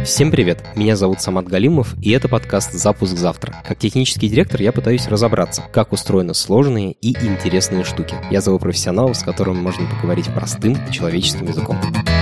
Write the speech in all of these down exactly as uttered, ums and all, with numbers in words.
Всем привет, меня зовут Самат Галимов, и это подкаст «Запуск завтра». Как технический директор я пытаюсь разобраться, как устроены сложные и интересные штуки. Я зову профессионалов, с которыми можно поговорить простым и человеческим языком.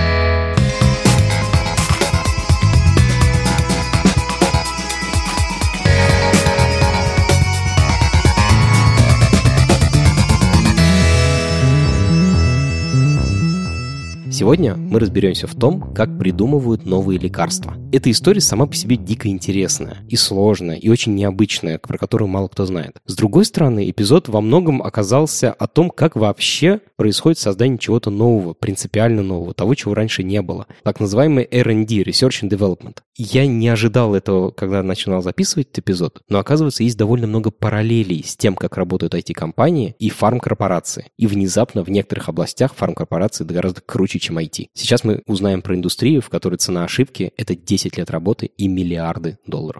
Сегодня мы разберемся в том, как придумывают новые лекарства. Эта история сама по себе дико интересная, и сложная, и очень необычная, про которую мало кто знает. С другой стороны, эпизод во многом оказался о том, как вообще происходит создание чего-то нового, принципиально нового, того, чего раньше не было. Так называемый эр энд ди, Research and Development. Я не ожидал этого, когда начинал записывать этот эпизод, но оказывается, есть довольно много параллелей с тем, как работают ай ти-компании и фармкорпорации. И внезапно в некоторых областях фармкорпорации гораздо круче, чем ай ти. Сейчас мы узнаем про индустрию, в которой цена ошибки – это десять лет работы и миллиарды долларов.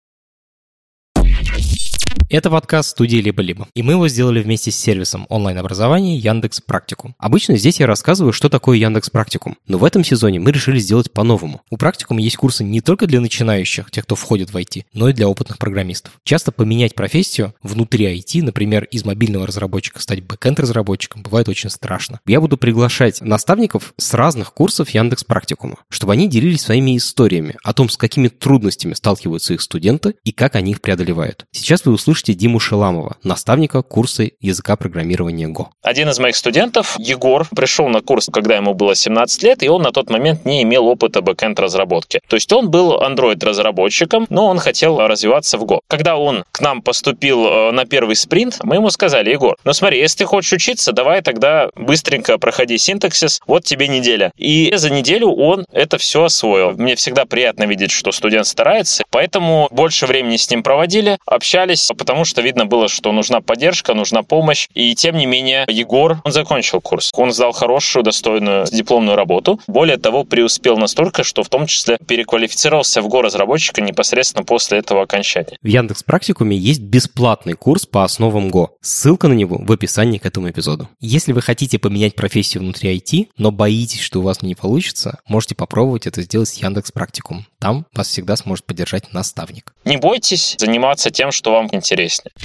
Это подкаст студии «Либо-либо», и мы его сделали вместе с сервисом онлайн-образования Яндекс Практикум. Обычно здесь я рассказываю, что такое Яндекс Практикум, но в этом сезоне мы решили сделать по-новому. У Практикума есть курсы не только для начинающих, тех, кто входит в ай ти, но и для опытных программистов. Часто поменять профессию внутри ай ти, например, из мобильного разработчика стать бэкэнд-разработчиком, бывает очень страшно. Я буду приглашать наставников с разных курсов Яндекс Практикума, чтобы они делились своими историями о том, с какими трудностями сталкиваются их студенты и как они их преодолевают. Сейчас вы услышите Диму Шеламова, наставника курса языка программирования Go. Один из моих студентов, Егор, пришел на курс, когда ему было семнадцать лет, и он на тот момент не имел опыта бэкэнд-разработки. То есть он был Android-разработчиком, но он хотел развиваться в Go. Когда он к нам поступил на первый спринт, мы ему сказали: Егор, ну смотри, если ты хочешь учиться, давай тогда быстренько проходи синтаксис, вот тебе неделя. И за неделю он это все освоил. Мне всегда приятно видеть, что студент старается, поэтому больше времени с ним проводили, общались, потому что видно было, что нужна поддержка, нужна помощь. И тем не менее, Егор, он закончил курс. Он сдал хорошую, достойную дипломную работу. Более того, преуспел настолько, что в том числе переквалифицировался в Go-разработчика непосредственно после этого окончания. В Яндекс.Практикуме есть бесплатный курс по основам Go. Ссылка на него в описании к этому эпизоду. Если вы хотите поменять профессию внутри ай ти, но боитесь, что у вас не получится, можете попробовать это сделать с Яндекс.Практикум. Там вас всегда сможет поддержать наставник. Не бойтесь заниматься тем, что вам интереснее.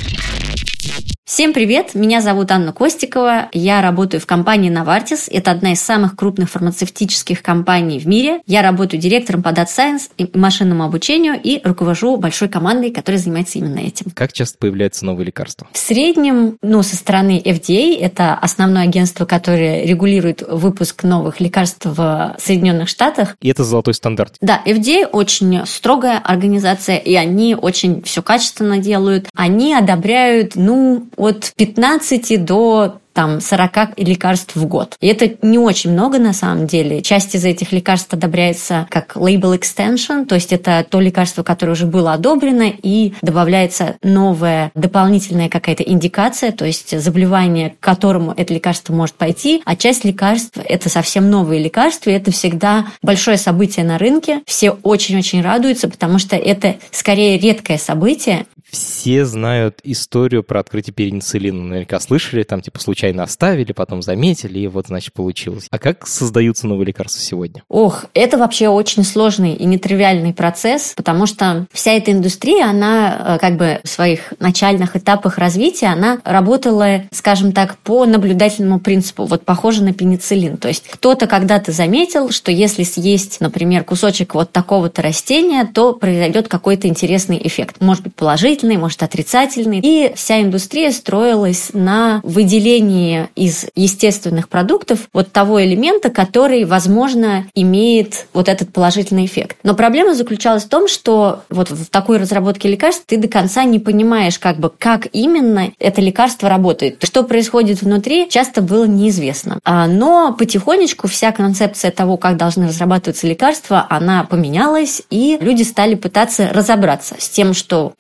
Всем привет, меня зовут Анна Костикова, я работаю в компании Novartis, это одна из самых крупных фармацевтических компаний в мире. Я работаю директором по Data Science и машинному обучению и руковожу большой командой, которая занимается именно этим. Как часто появляются новые лекарства? В среднем, ну, со стороны эф ди эй, это основное агентство, которое регулирует выпуск новых лекарств в Соединенных Штатах. И это золотой стандарт. Да, эф ди эй очень строгая организация, и они очень все качественно делают. Они одобряют, ну, от пятнадцати до там сорок лекарств в год. И это не очень много на самом деле. Часть из этих лекарств одобряется как label extension, то есть это то лекарство, которое уже было одобрено, и добавляется новая дополнительная какая-то индикация, то есть заболевание, к которому это лекарство может пойти, а часть лекарств – это совсем новые лекарства, и это всегда большое событие на рынке. Все очень-очень радуются, потому что это скорее редкое событие. Все знают историю про открытие пенициллина. Наверняка слышали, там типа случайно оставили, потом заметили, и вот, значит, получилось. А как создаются новые лекарства сегодня? Ох, это вообще очень сложный и нетривиальный процесс, потому что вся эта индустрия, она как бы в своих начальных этапах развития, она работала, скажем так, по наблюдательному принципу, вот похоже на пенициллин. То есть кто-то когда-то заметил, что если съесть, например, кусочек вот такого-то растения, то произойдет какой-то интересный эффект. Может быть, положительный, может, отрицательный. И вся индустрия строилась на выделении из естественных продуктов вот того элемента, который, возможно, имеет вот этот положительный эффект. Но проблема заключалась в том, что вот в такой разработке лекарств ты до конца не понимаешь, как бы, как именно это лекарство работает. Что происходит внутри, часто было неизвестно. Но потихонечку вся концепция того, как должны разрабатываться лекарства, она поменялась, и люди стали пытаться разобраться с тем, что, может быть,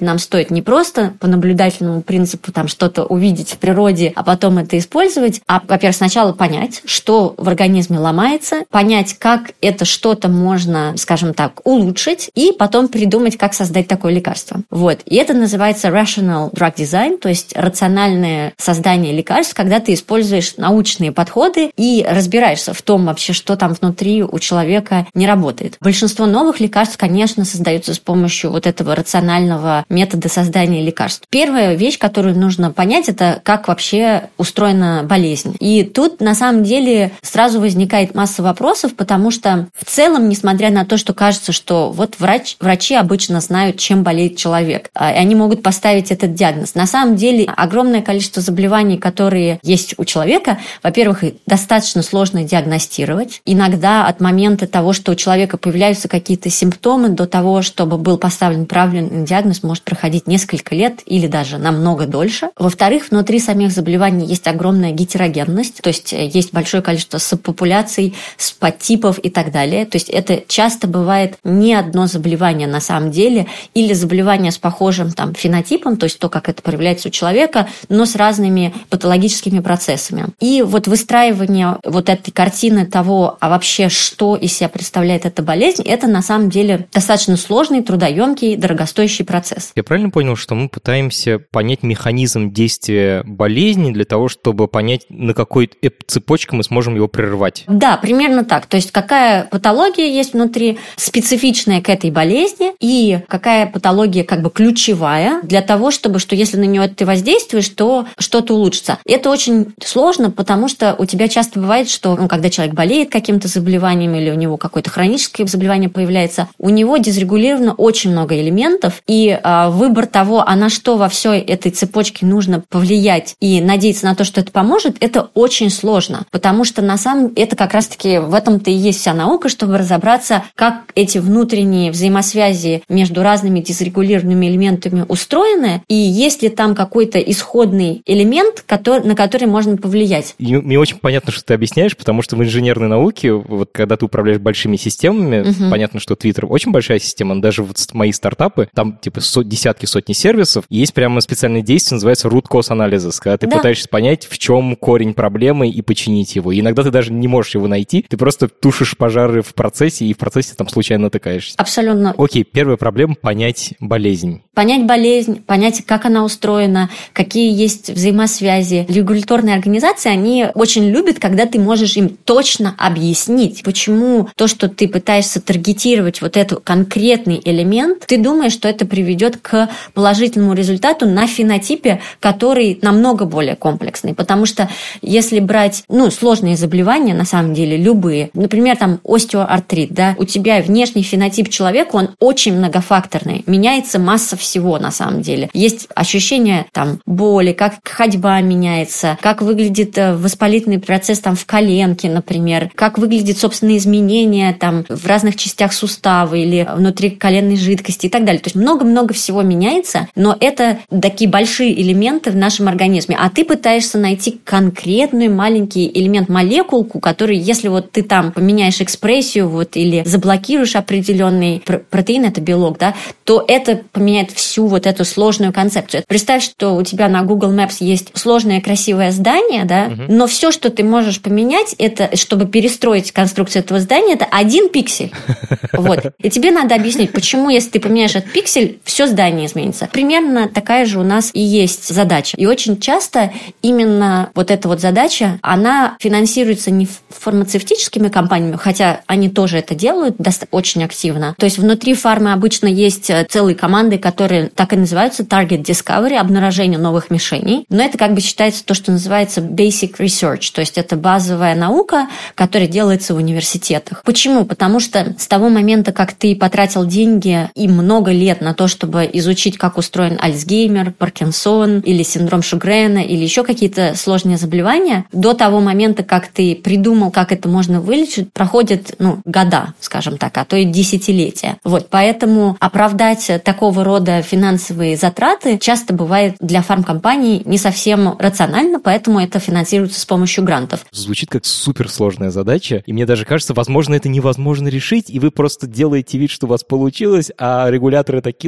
нам стоит не просто по наблюдательному принципу там что-то увидеть в природе, а потом это использовать, а, во-первых, сначала понять, что в организме ломается, понять, как это что-то можно, скажем так, улучшить, и потом придумать, как создать такое лекарство. Вот. И это называется rational drug design, то есть рациональное создание лекарств, когда ты используешь научные подходы и разбираешься в том вообще, что там внутри у человека не работает. Большинство новых лекарств, конечно, создаются с помощью вот этого рационального метода создания лекарств. Первая вещь, которую нужно понять, это как вообще устроена болезнь. И тут, на самом деле, сразу возникает масса вопросов, потому что в целом, несмотря на то, что кажется, что вот врач, врачи обычно знают, чем болеет человек, и они могут поставить этот диагноз. На самом деле, огромное количество заболеваний, которые есть у человека, во-первых, достаточно сложно диагностировать. Иногда от момента того, что у человека появляются какие-то симптомы, до того, чтобы был поставлен правильный диагноз, может проходить несколько лет или даже намного дольше. Во-вторых, внутри самих заболеваний есть огромная гетерогенность, то есть есть большое количество субпопуляций, подтипов и так далее. То есть это часто бывает не одно заболевание на самом деле, или заболевание с похожим там, фенотипом, то есть то, как это проявляется у человека, но с разными патологическими процессами. И вот выстраивание вот этой картины того, а вообще что из себя представляет эта болезнь, это на самом деле достаточно сложный, трудоемкий, дорогостоящий процесс. Я правильно понял, что мы пытаемся понять механизм действия болезни для того, чтобы понять, на какой цепочке мы сможем его прервать? Да, примерно так. То есть какая патология есть внутри, специфичная к этой болезни, и какая патология как бы ключевая для того, чтобы, что если на нее ты воздействуешь, то что-то улучшится. Это очень сложно, потому что у тебя часто бывает, что ну, когда человек болеет каким-то заболеванием или у него какое-то хроническое заболевание появляется, у него дисрегулировано очень много элементов, и а, выбор того, а на что во всей этой цепочке нужно повлиять и надеяться на то, что это поможет, это очень сложно, потому что на самом деле это как раз-таки в этом-то и есть вся наука, чтобы разобраться, как эти внутренние взаимосвязи между разными дисрегулированными элементами устроены, и есть ли там какой-то исходный элемент, который, на который можно повлиять. И мне очень понятно, что ты объясняешь, потому что в инженерной науке, вот когда ты управляешь большими системами, uh-huh. понятно, что Twitter очень большая система, но даже вот мои стартапы, там типа сот, десятки, сотни сервисов, и есть прямо специальное действие, называется root cause analysis, когда ты да. пытаешься понять, в чем корень проблемы и починить его. И иногда ты даже не можешь его найти, ты просто тушишь пожары в процессе, и в процессе там случайно натыкаешься. Абсолютно. Окей, первая проблема — понять болезнь. Понять болезнь, понять, как она устроена, какие есть взаимосвязи. Регуляторные организации, они очень любят, когда ты можешь им точно объяснить, почему то, что ты пытаешься таргетировать вот этот конкретный элемент, ты думаешь, что это приведет к положительному результату на фенотипе, который намного более комплексный. Потому что если брать, ну, сложные заболевания, на самом деле, любые, например, там остеоартрит, да, у тебя внешний фенотип человека, он очень многофакторный, меняется масса всего на самом деле. Есть ощущение там боли, как ходьба меняется, как выглядит воспалительный процесс там в коленке, например, как выглядят собственные изменения там в разных частях сустава или внутри коленной жидкости и так далее. То есть много-много всего меняется, но это такие большие элементы в нашем организме. А ты пытаешься найти конкретный маленький элемент, молекулку, который, если вот ты там поменяешь экспрессию вот, или заблокируешь определенный протеин, это белок, да, то это поменяет всю вот эту сложную концепцию. Представь, что у тебя на Google Maps есть сложное красивое здание, да, угу. но все, что ты можешь поменять, это, чтобы перестроить конструкцию этого здания, это один пиксель. Вот. И тебе надо объяснить, почему, если ты поменяешь этот пиксель, все здание изменится. Примерно такая же у нас и есть задача. И очень часто именно вот эта вот задача, она финансируется не фармацевтическими компаниями, хотя они тоже это делают очень активно. То есть внутри фармы обычно есть целые команды, которые так и называются Target Discovery, обнаружение новых мишеней. Но это как бы считается то, что называется Basic Research, то есть это базовая наука, которая делается в университетах. Почему? Потому что с того момента, как ты потратил деньги и много лет на то, чтобы изучить, как устроен Альцгеймер, Паркинсон или синдром Шогрена или еще какие-то сложные заболевания, до того момента, как ты придумал, как это можно вылечить, проходят ну, года, скажем так, а то и десятилетия. Вот, поэтому оправдать такого рода финансовые затраты часто бывает для фармкомпаний не совсем рационально, поэтому это финансируется с помощью грантов. Звучит как суперсложная задача, и мне даже кажется, возможно, это невозможно решить, и вы просто делаете вид, что у вас получилось, а регуляторы такие, ну да,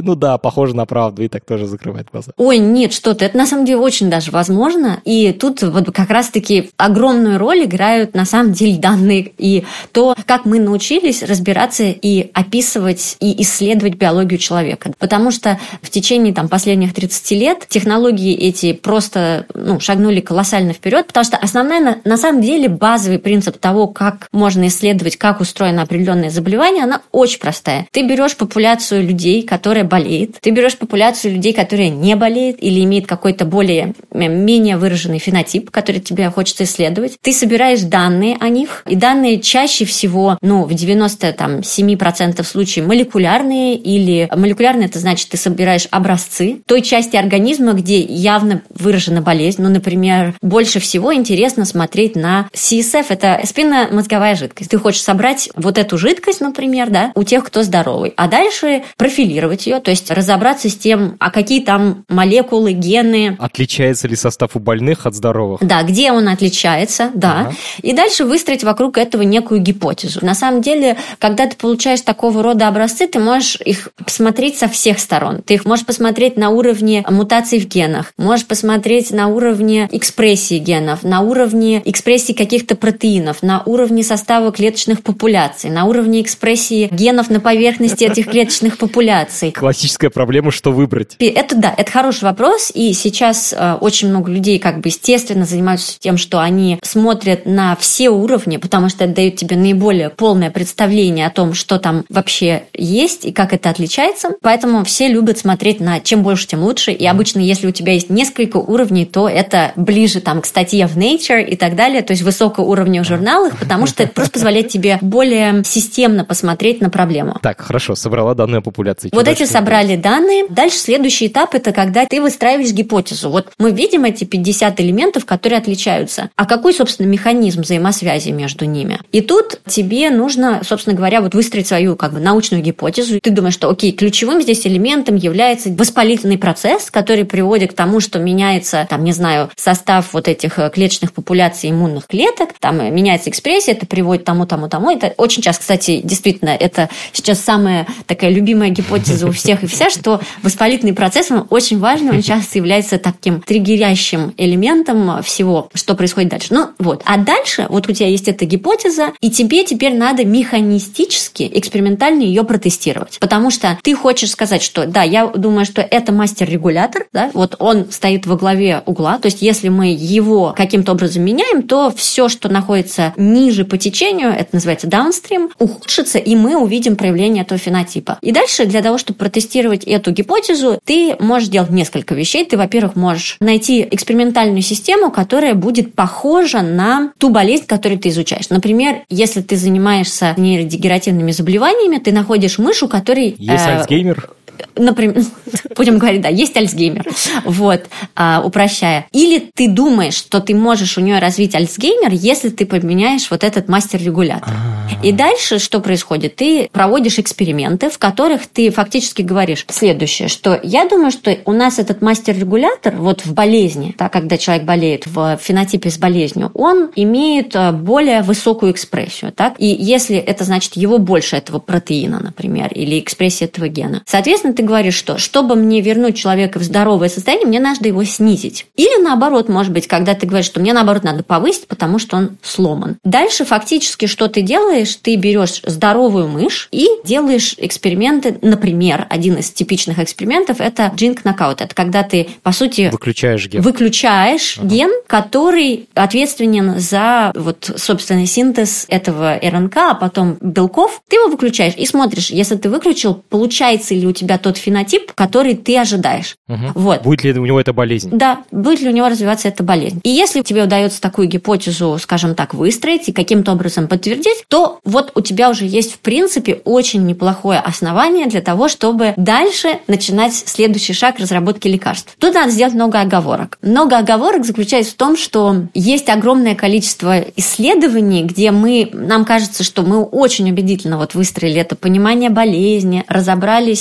похоже на правду, и так тоже закрывает глаза. Ой, нет, что-то. Это на самом деле очень даже возможно. И тут вот как раз-таки огромную роль играют на самом деле данные и то, как мы научились разбираться и описывать и исследовать биологию человека. Потому что в течение там, последних тридцати лет технологии эти просто ну, шагнули колоссально вперед, потому что основная, на, на самом деле, базовый принцип того, как можно исследовать, как устроено определенное заболевание, она очень простая. Ты берешь популяцию людей, которая болеет, ты берешь популяцию людей, которая не болеет или имеет какой-то более, менее выраженный фенотип, который тебе хочется исследовать. Ты собираешь данные о них, и данные чаще всего, ну, в девяноста семь процентов случаев молекулярные, или молекулярные, это значит, ты собираешь образцы той части организма, где явно выражена болезнь. Ну, например, больше всего интересно смотреть на си эс эф, это спинномозговая жидкость. Ты хочешь собрать вот эту жидкость, например, да, у тех, кто здоровый, а дальше профилировать ее, то есть разобраться с тем, а какие там молекулы, гены. Отличается ли состав у больных от здоровых? Да, где он отличается, да. Ага. И дальше выстроить вокруг этого некую гипотезу. На самом деле, когда ты получаешь такого рода образцы, ты можешь их посмотреть со всех сторон. Ты их можешь посмотреть на уровне мутаций в генах, можешь посмотреть на уровне экспрессии генов, на уровне экспрессии каких-то протеинов, на уровне состава клеточных популяций, на уровне экспрессии генов на поверхности этих клеточных популяций. Классическая проблема, что выбрать. Это да, это хороший вопрос, и сейчас э, очень много людей как бы естественно занимаются тем, что они смотрят на все уровни, потому что это дает тебе наиболее полное представление о том, что там вообще есть и как это отличается. Поэтому все любят смотреть на чем больше, тем лучше. И обычно, если у тебя есть несколько уровней, то это ближе там, к статье в Nature и так далее, то есть высокого уровня в журналах, потому что это просто позволяет тебе более системно посмотреть на проблему. Так, хорошо, собрала данные о популяции. Вот эти собрали данные. Дальше следующий этап – это когда ты выстраиваешь гипотезу. Вот мы видим эти пятьдесят элементов, которые отличаются. А какой, собственно, механизм взаимосвязи между ними? И тут тебе нужно, собственно говоря, вот выстроить свою как бы научную гипотезу. Ты думаешь, что, окей, ключевым здесь элементом является воспалительный процесс, который приводит к тому, что меняется, там, не знаю, состав вот этих клеточных популяций иммунных клеток, там меняется экспрессия, это приводит к тому, тому, тому. Это очень часто, кстати, действительно, это сейчас самая такая любимая гипотеза у всех и вся, что воспалительный процесс, он очень важный, он часто является таким триггерящим элементом всего, что происходит дальше. Ну, вот. А дальше, вот у тебя есть эта гипотеза, и тебе теперь надо механистически, экспериментально ее протестировать. Потому что ты хочешь сказать, что, да, я думаю, что это мастер-регулятор, да, вот он стоит во главе угла, то есть если мы его каким-то образом меняем, то все, что находится ниже по течению, это называется downstream, ухудшится, и мы увидим проявление этого фенотипа. И дальше для того, чтобы протестировать эту гипотезу, ты можешь делать несколько вещей. Ты, во-первых, можешь найти экспериментальную систему, которая будет похожа на ту болезнь, которую ты изучаешь. Например, если ты занимаешься нейродегенеративными заболеваниями, ты находишь мышь, у которой... Есть э- Альцгеймер? Например, будем говорить, да, есть Альцгеймер, вот, а, упрощая. Или ты думаешь, что ты можешь у нее развить Альцгеймер, если ты поменяешь вот этот мастер-регулятор. И дальше что происходит? Ты проводишь эксперименты, в которых ты фактически говоришь следующее, что я думаю, что у нас этот мастер-регулятор вот в болезни, да, когда человек болеет в фенотипе с болезнью, он имеет более высокую экспрессию, так? И если это значит его больше этого протеина, например, или экспрессия этого гена. Соответственно, ты говоришь, что чтобы мне вернуть человека в здоровое состояние, мне надо его снизить. Или наоборот, может быть, когда ты говоришь, что мне наоборот надо повысить, потому что он сломан. Дальше фактически что ты делаешь? Ты берешь здоровую мышь и делаешь эксперименты. Например, один из типичных экспериментов – это gene-knockout. Это когда ты, по сути, выключаешь ген, выключаешь ага. ген, который ответственен за вот, собственный синтез этого эр эн ка, а потом белков. Ты его выключаешь и смотришь, если ты выключил, получается ли у тебя тот фенотип, который ты ожидаешь. Угу. Вот. Будет ли у него эта болезнь? Да, будет ли у него развиваться эта болезнь. И если тебе удается такую гипотезу, скажем так, выстроить и каким-то образом подтвердить, то вот у тебя уже есть, в принципе, очень неплохое основание для того, чтобы дальше начинать следующий шаг разработки лекарств. Тут надо сделать много оговорок. Много оговорок заключается в том, что есть огромное количество исследований, где мы, нам кажется, что мы очень убедительно вот выстроили это понимание болезни, разобрались с тем,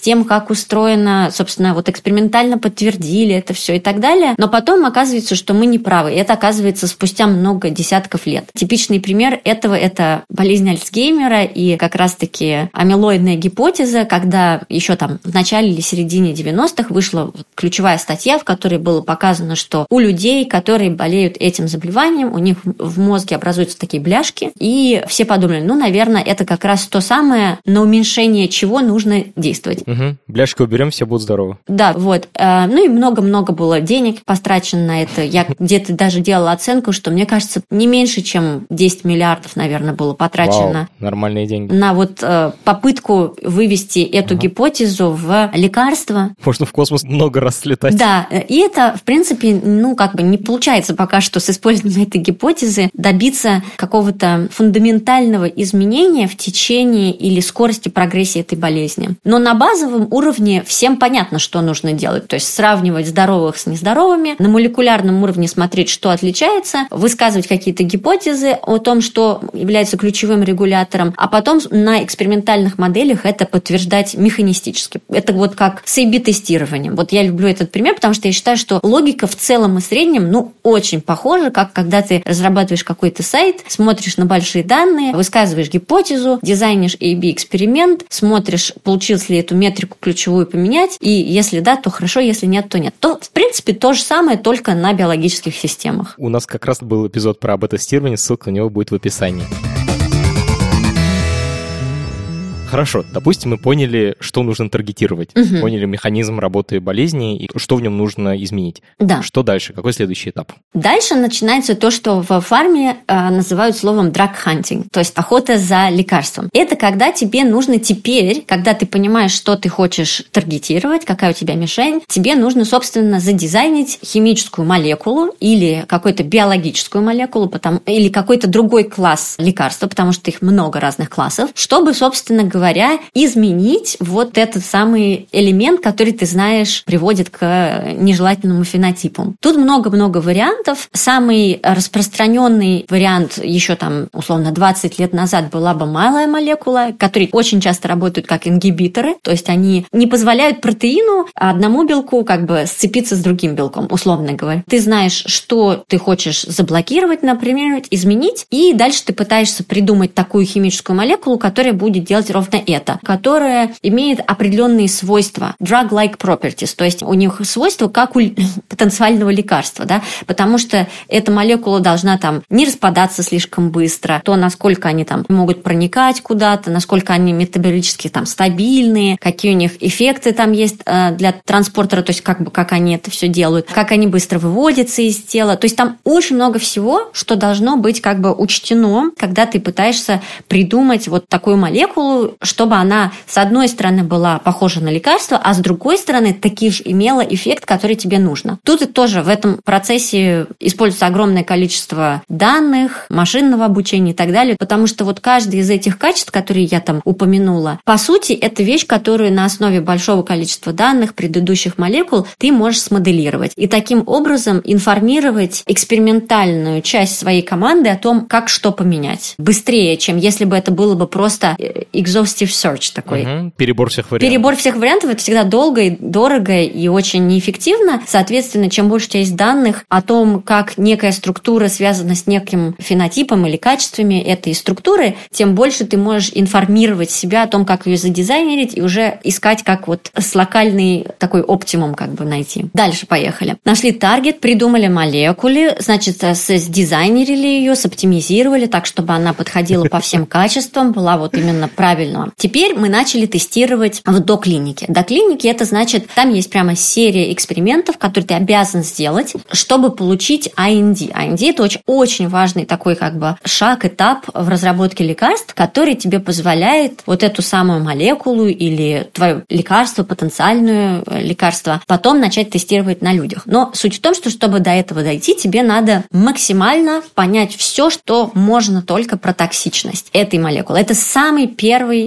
тем, как устроено, собственно, вот экспериментально подтвердили это все и так далее. Но потом оказывается, что мы не правы. И это оказывается спустя много десятков лет. Типичный пример этого – это болезнь Альцгеймера и как раз-таки амилоидная гипотеза, когда еще там в начале или середине девяностых вышла ключевая статья, в которой было показано, что у людей, которые болеют этим заболеванием, у них в мозге образуются такие бляшки, и все подумали, ну, наверное, это как раз то самое, на уменьшение чего нужно действовать. Угу. Бляшки уберем, все будут здоровы. Да, вот. Ну и много-много было денег потрачено на это. Я где-то даже делала оценку, что, мне кажется, не меньше, чем десять миллиардов, наверное, было потрачено. Вау, нормальные деньги. На вот попытку вывести эту ага. гипотезу в лекарство. Можно в космос много раз слетать. Да, и это, в принципе, ну, как бы не получается пока что с использованием этой гипотезы добиться какого-то фундаментального изменения в течение или скорости прогрессии этой болезни. Но на базовом уровне всем понятно, что нужно делать. То есть сравнивать здоровых с нездоровыми, на молекулярном уровне смотреть, что отличается, высказывать какие-то гипотезы о том, что является ключевым регулятором, а потом на экспериментальных моделях это подтверждать механистически. Это вот как с эй би-тестированием. Вот я люблю этот пример, потому что я считаю, что логика в целом и среднем, ну, очень похожа, как когда ты разрабатываешь какой-то сайт, смотришь на большие данные, высказываешь гипотезу, дизайнишь эй би-эксперимент, смотришь, получилось ли эту метрику ключевую поменять, и если да, то хорошо, если нет, то нет. То, в принципе, то же самое, только на биологических системах. У нас как раз был эпизод про эй би-тестирование, ссылка на него будет в описании. Хорошо, допустим, мы поняли, что нужно таргетировать, угу. поняли механизм работы болезни и что в нем нужно изменить. Да. Что дальше? Какой следующий этап? Дальше начинается то, что в фарме э, называют словом drug hunting, то есть охота за лекарством. Это когда тебе нужно теперь, когда ты понимаешь, что ты хочешь таргетировать, какая у тебя мишень, тебе нужно, собственно, задизайнить химическую молекулу или какую-то биологическую молекулу, потому, или какой-то другой класс лекарства, потому что их много разных классов, чтобы, собственно говоря, говоря, изменить вот этот самый элемент, который, ты знаешь, приводит к нежелательному фенотипу. Тут много-много вариантов. Самый распространенный вариант еще там, условно, двадцать лет назад была бы малая молекула, которые очень часто работают как ингибиторы, то есть они не позволяют протеину, одному белку как бы сцепиться с другим белком, условно говоря. Ты знаешь, что ты хочешь заблокировать, например, изменить, и дальше ты пытаешься придумать такую химическую молекулу, которая будет делать ровно это, которое имеет определенные свойства, drug-like properties, то есть у них свойства как у потенциального лекарства, да, потому что эта молекула должна там не распадаться слишком быстро, то, насколько они там могут проникать куда-то, насколько они метаболически там стабильные, какие у них эффекты там есть для транспортера, то есть как бы как они это все делают, как они быстро выводятся из тела, то есть там очень много всего, что должно быть как бы учтено, когда ты пытаешься придумать вот такую молекулу, чтобы она, с одной стороны, была похожа на лекарство, а с другой стороны, таки же имела эффект, который тебе нужно. Тут и тоже в этом процессе используется огромное количество данных, машинного обучения и так далее, потому что вот каждый из этих качеств, которые я там упомянула, по сути, это вещь, которую на основе большого количества данных предыдущих молекул ты можешь смоделировать. И таким образом информировать экспериментальную часть своей команды о том, как что поменять. Быстрее, чем если бы это было бы просто exhaustive search такой. Угу. Перебор всех вариантов. Перебор всех вариантов – это всегда долго и дорого и очень неэффективно. Соответственно, чем больше у тебя есть данных о том, как некая структура связана с неким фенотипом или качествами этой структуры, тем больше ты можешь информировать себя о том, как ее задизайнерить и уже искать, как вот с локальный такой оптимум как бы найти. Дальше поехали. Нашли таргет, придумали молекулы, значит, сдизайнерили ее, соптимизировали так, чтобы она подходила по всем качествам, была вот именно правильного. Теперь мы начали тестировать в доклинике. Доклиники – это значит, там есть прямо серия экспериментов, которые ты обязан сделать, чтобы получить ай эн ди. ай эн ди – это очень, очень важный такой как бы шаг, этап в разработке лекарств, который тебе позволяет вот эту самую молекулу или твое лекарство, потенциальное лекарство, потом начать тестировать на людях. Но суть в том, что чтобы до этого дойти, тебе надо максимально понять все, что можно только про токсичность этой молекулы. Это самый первый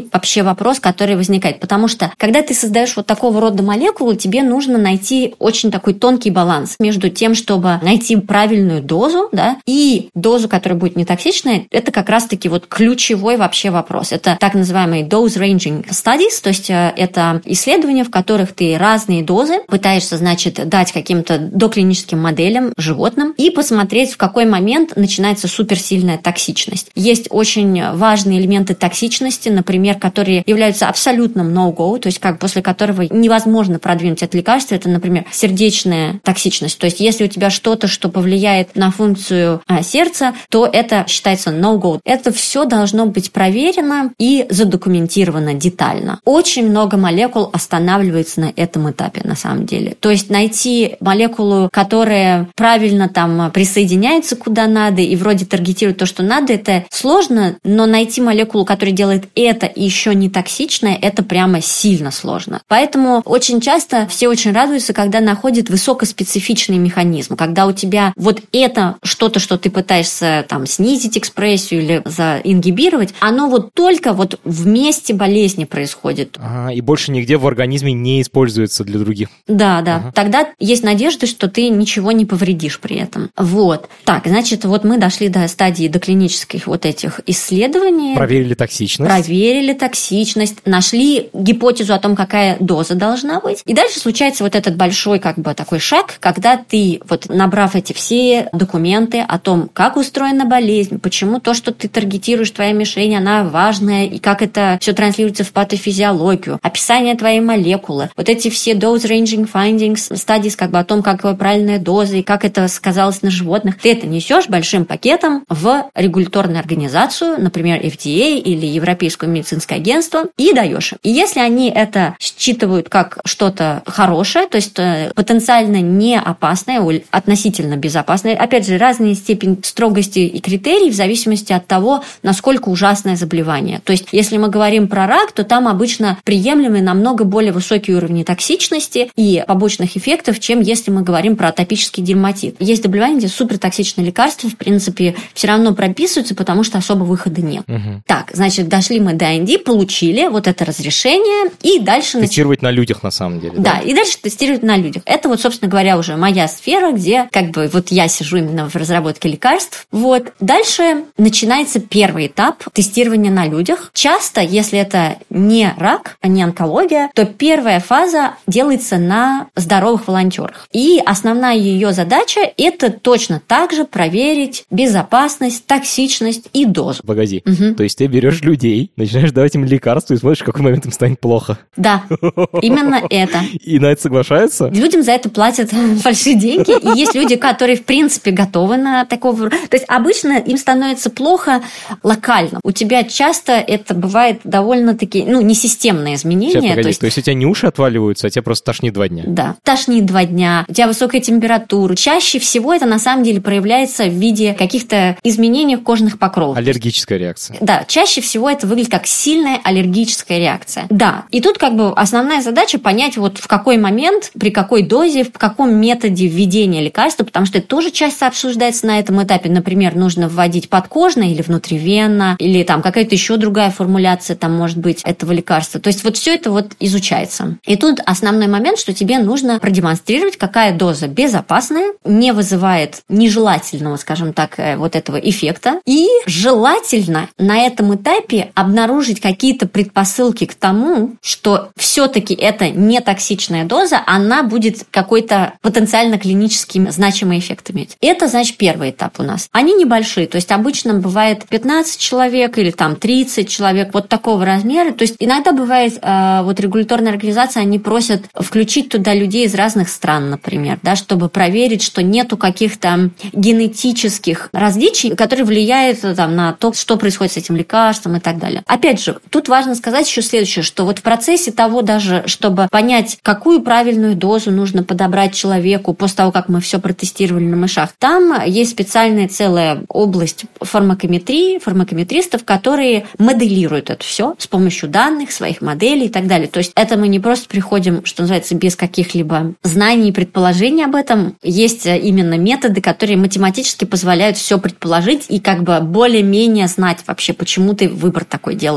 ключевой вообще вопрос, который возникает. Потому что, когда ты создаешь вот такого рода молекулы, тебе нужно найти очень такой тонкий баланс между тем, чтобы найти правильную дозу, да, и дозу, которая будет нетоксичная. Это как раз-таки вот ключевой вообще вопрос. Это так называемые dose ranging studies, то есть это исследования, в которых ты разные дозы пытаешься, значит, дать каким-то доклиническим моделям, животным, и посмотреть, в какой момент начинается суперсильная токсичность. Есть очень важные элементы токсичности, например, которые являются абсолютным no-go, то есть как после которого невозможно продвинуть это лекарство. Это, например, сердечная токсичность. То есть если у тебя что-то, что повлияет на функцию а, сердца, то это считается no-go. Это все должно быть проверено и задокументировано детально. Очень много молекул останавливается на этом этапе, на самом деле. То есть найти молекулу, которая правильно там присоединяется куда надо и вроде таргетирует то, что надо, это сложно, но найти молекулу, которая делает это и еще не токсичная, это прямо сильно сложно. Поэтому очень часто все очень радуются, когда находят высокоспецифичный механизм, когда у тебя вот это что-то, что ты пытаешься там снизить экспрессию или заингибировать, оно вот только вот в месте болезни происходит. Ага, и больше нигде в организме не используется для других. Да, да. Ага. Тогда есть надежда, что ты ничего не повредишь при этом. Вот. Так, значит, вот мы дошли до стадии доклинических вот этих исследований. Проверили токсичность. Проверили токсичность, нашли гипотезу о том, какая доза должна быть. И дальше случается вот этот большой как бы такой шаг, когда ты, вот набрав эти все документы о том, как устроена болезнь, почему то, что ты таргетируешь, твоя мишень, она важная, и как это все транслируется в патофизиологию, описание твоей молекулы, вот эти все dose ranging findings, studies как бы о том, какая правильная доза и как это сказалось на животных, ты это несешь большим пакетом в регуляторную организацию, например, эф ди эй или Европейское медицинское агентство, и даешь им. И если они это считывают как что-то хорошее, то есть потенциально не опасное, относительно безопасное, опять же, разная степень строгости и критерий в зависимости от того, насколько ужасное заболевание. То есть, если мы говорим про рак, то там обычно приемлемы намного более высокие уровни токсичности и побочных эффектов, чем если мы говорим про атопический дерматит. Есть заболевания, где супертоксичные лекарства, в принципе, все равно прописываются, потому что особо выхода нет. Угу. Так, значит, дошли мы до ай эн ди, получили вот это разрешение, и дальше... Тестировать на людях, на самом деле. Да, да, и дальше тестировать на людях. Это вот, собственно говоря, уже моя сфера, где как бы вот я сижу именно в разработке лекарств. Вот. Дальше начинается первый этап тестирования на людях. Часто, если это не рак, а не онкология, то первая фаза делается на здоровых волонтерах. И основная ее задача – это точно так же проверить безопасность, токсичность и дозу. Погоди, угу. То есть ты берешь людей, начинаешь давать им лекарства и смотришь, в какой момент им станет плохо. Да, именно это. И на это соглашаются? Людям за это платят большие деньги, и есть люди, которые, в принципе, готовы на такого... То есть обычно им становится плохо локально. У тебя часто это бывает довольно-таки, ну, несистемные изменения. Сейчас, погоди, то есть... то есть у тебя не уши отваливаются, а тебя просто тошнит два дня? Да, тошнит два дня, у тебя высокая температура. Чаще всего это на самом деле проявляется в виде каких-то изменений в кожных покровах. Аллергическая реакция. Да, чаще всего это выглядит как сильная аллергическая реакция. Да, и тут как бы основная задача понять, вот в какой момент, при какой дозе, в каком методе введения лекарства, потому что это тоже часто обсуждается на этом этапе. Например, нужно вводить подкожно или внутривенно, или там какая-то еще другая формуляция там может быть этого лекарства. То есть вот все это вот изучается. И тут основной момент, что тебе нужно продемонстрировать, какая доза безопасная, не вызывает нежелательного, скажем так, вот этого эффекта. И желательно на этом этапе обнаружить какие-то предпосылки к тому, что все-таки это не токсичная доза, она будет какой-то потенциально клинический значимый эффект иметь. Это, значит, первый этап у нас. Они небольшие, то есть обычно бывает пятнадцать человек или там тридцать человек, вот такого размера. То есть иногда бывает, э, вот регуляторные организации, они просят включить туда людей из разных стран, например, да, чтобы проверить, что нету каких-то генетических различий, которые влияют там, на то, что происходит с этим лекарством и так далее. Опять же, тут важно сказать еще следующее, что вот в процессе того даже, чтобы понять, какую правильную дозу нужно подобрать человеку после того, как мы все протестировали на мышах, там есть специальная целая область фармакометрии, фармакометристов, которые моделируют это все с помощью данных, своих моделей и так далее. То есть это мы не просто приходим, что называется, без каких-либо знаний и предположений об этом. Есть именно методы, которые математически позволяют все предположить и как бы более-менее знать вообще, почему ты выбор такой делаешь.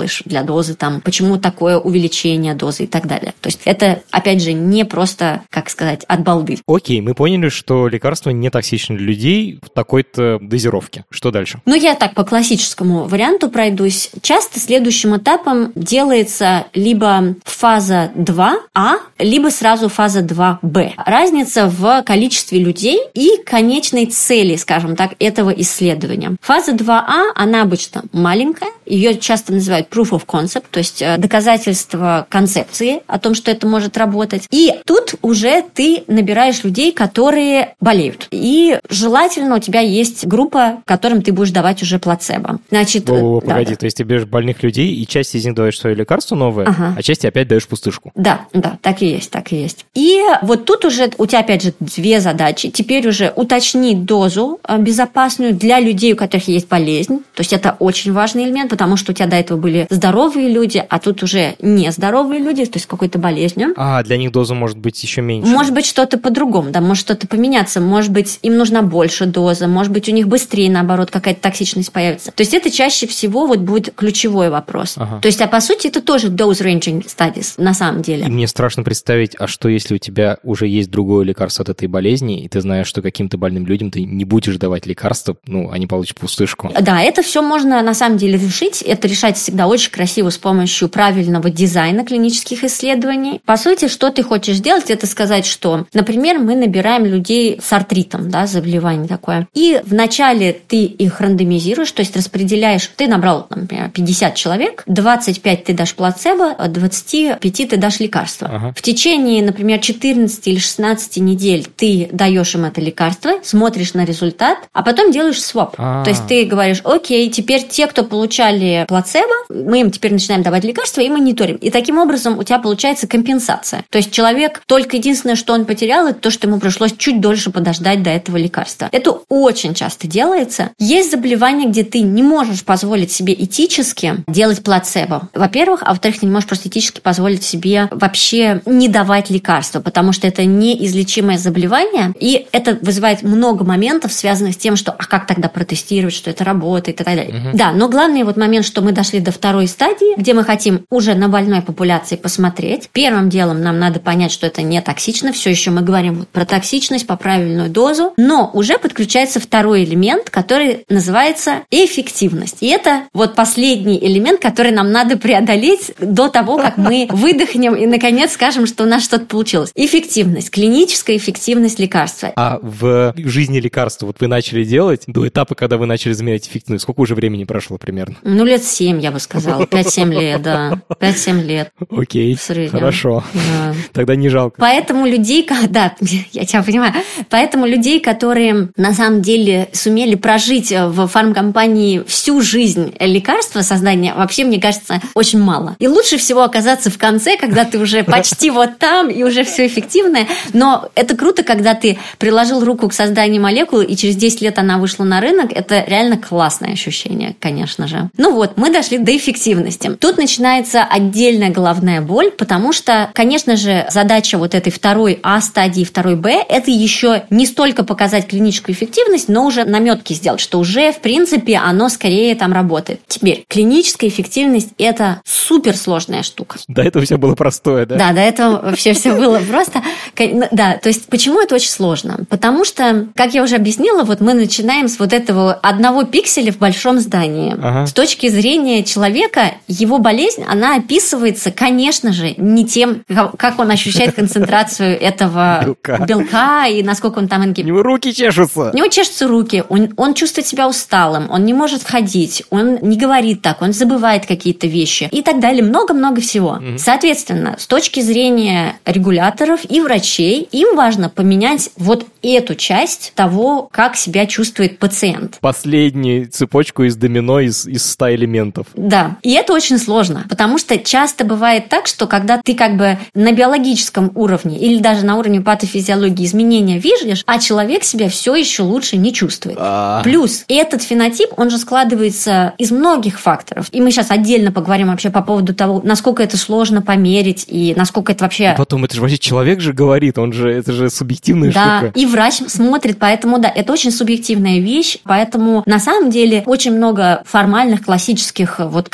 делаешь для дозы, там, почему такое увеличение дозы и так далее. То есть это, опять же, не просто, как сказать, от балды. Окей, мы поняли, что лекарство не токсично для людей в такой-то дозировке. Что дальше? Ну, я так по классическому варианту пройдусь. Часто следующим этапом делается либо фаза два А, либо сразу фаза два Б. Разница в количестве людей и конечной цели, скажем так, этого исследования. Фаза два А, она обычно маленькая, ее часто называют proof of concept, то есть доказательство концепции о том, что это может работать. И тут уже ты набираешь людей, которые болеют. И желательно у тебя есть группа, которым ты будешь давать уже плацебо. Значит, О, да, погоди, да. то есть ты берешь больных людей, и часть из них даешь свое лекарство новое, Ага. а части опять даешь пустышку. Да, да, так и есть, так и есть. И вот тут уже у тебя, опять же, две задачи. Теперь уже уточнить дозу безопасную для людей, у которых есть болезнь. То есть это очень важный элемент, потому что у тебя до этого были здоровые люди, а тут уже нездоровые люди, то есть с какой-то болезнью. А, для них доза может быть еще меньше. Может быть, что-то по-другому, да, может что-то поменяться, может быть, им нужна больше доза, может быть, у них быстрее, наоборот, какая-то токсичность появится. То есть это чаще всего вот будет ключевой вопрос. Ага. То есть, а по сути, это тоже dose ranging studies на самом деле. И мне страшно представить, а что если у тебя уже есть другое лекарство от этой болезни, и ты знаешь, что каким-то больным людям ты не будешь давать лекарство, ну, они получат пустышку. Да, это все можно на самом деле решить. Это решать всегда очень красиво с помощью правильного дизайна клинических исследований. По сути, что ты хочешь сделать, это сказать, что, например, мы набираем людей с артритом, да, заболевание такое, и вначале ты их рандомизируешь, то есть распределяешь, ты набрал, например, пятьдесят человек, двадцать пять ты дашь плацебо, а двадцать пять ты дашь лекарство. Ага. В течение, например, четырнадцати или шестнадцати недель ты даешь им это лекарство, смотришь на результат, а потом делаешь своп. А-а-а. То есть ты говоришь, окей, теперь те, кто получали плацебо, мы им теперь начинаем давать лекарства и мониторим. И таким образом у тебя получается компенсация. То есть человек, только единственное, что он потерял, это то, что ему пришлось чуть дольше подождать до этого лекарства. Это очень часто делается. Есть заболевания, где ты не можешь позволить себе этически делать плацебо. Во-первых, а во-вторых, ты не можешь просто этически позволить себе вообще не давать лекарства, потому что это неизлечимое заболевание, и это вызывает много моментов, связанных с тем, что а как тогда протестировать, что это работает и так далее. Угу. Да, но главный вот момент, что мы дошли до второй стадии, где мы хотим уже на больной популяции посмотреть. Первым делом нам надо понять, что это не токсично, все еще мы говорим вот про токсичность, по правильную дозу, но уже подключается второй элемент, который называется эффективность. И это вот последний элемент, который нам надо преодолеть до того, как мы выдохнем и, наконец, скажем, что у нас что-то получилось. Эффективность, клиническая эффективность лекарства. А в жизни лекарства вот вы начали делать до этапа, когда вы начали замерять эффективность, сколько уже времени прошло примерно? Ну, лет семь, я бы сказала. пять-семь лет, да. пять-семь лет. Окей, хорошо. Да. Тогда не жалко. Поэтому людей, да, я тебя понимаю, поэтому людей, которые на самом деле сумели прожить в фармкомпании всю жизнь лекарства создания, вообще, мне кажется, очень мало. И лучше всего оказаться в конце, когда ты уже почти вот там, и уже все эффективное. Но это круто, когда ты приложил руку к созданию молекулы, и через десять лет она вышла на рынок. Это реально классное ощущение, конечно же. Ну вот, мы дошли до эффективности. Тут начинается отдельная головная боль, потому что, конечно же, задача вот этой второй А стадии, второй Б, это еще не столько показать клиническую эффективность, но уже наметки сделать, что уже, в принципе, оно скорее там работает. Теперь, клиническая эффективность – это суперсложная штука. До этого все было простое, да? Да, до этого вообще все было просто... Да, то есть, почему это очень сложно? Потому что, как я уже объяснила, вот мы начинаем с вот этого одного пикселя в большом здании. Ага. С точки зрения человека, его болезнь, она описывается, конечно же, не тем, как он ощущает концентрацию этого белка, белка и насколько он там... У него руки чешутся. У него чешутся руки, он, он чувствует себя усталым, он не может ходить, он не говорит так, он забывает какие-то вещи и так далее. Много-много всего. Mm-hmm. Соответственно, с точки зрения регуляторов и врачей, им важно поменять вот эту часть того, как себя чувствует пациент. Последнюю цепочку из домино из, из ста элементов. Да, и это очень сложно, потому что часто бывает так, что когда ты как бы на биологическом уровне или даже на уровне патофизиологии изменения видишь, а человек себя все еще лучше не чувствует. А-а-а. Плюс этот фенотип, он же складывается из многих факторов. И мы сейчас отдельно поговорим вообще по поводу того, насколько это сложно померить и насколько это вообще... И потом, это же вообще человек же говорит, он же, это же субъективная да, штука. Да, и врач смотрит, поэтому, да, это очень субъективная вещь, поэтому на самом деле очень много формальных, классических вот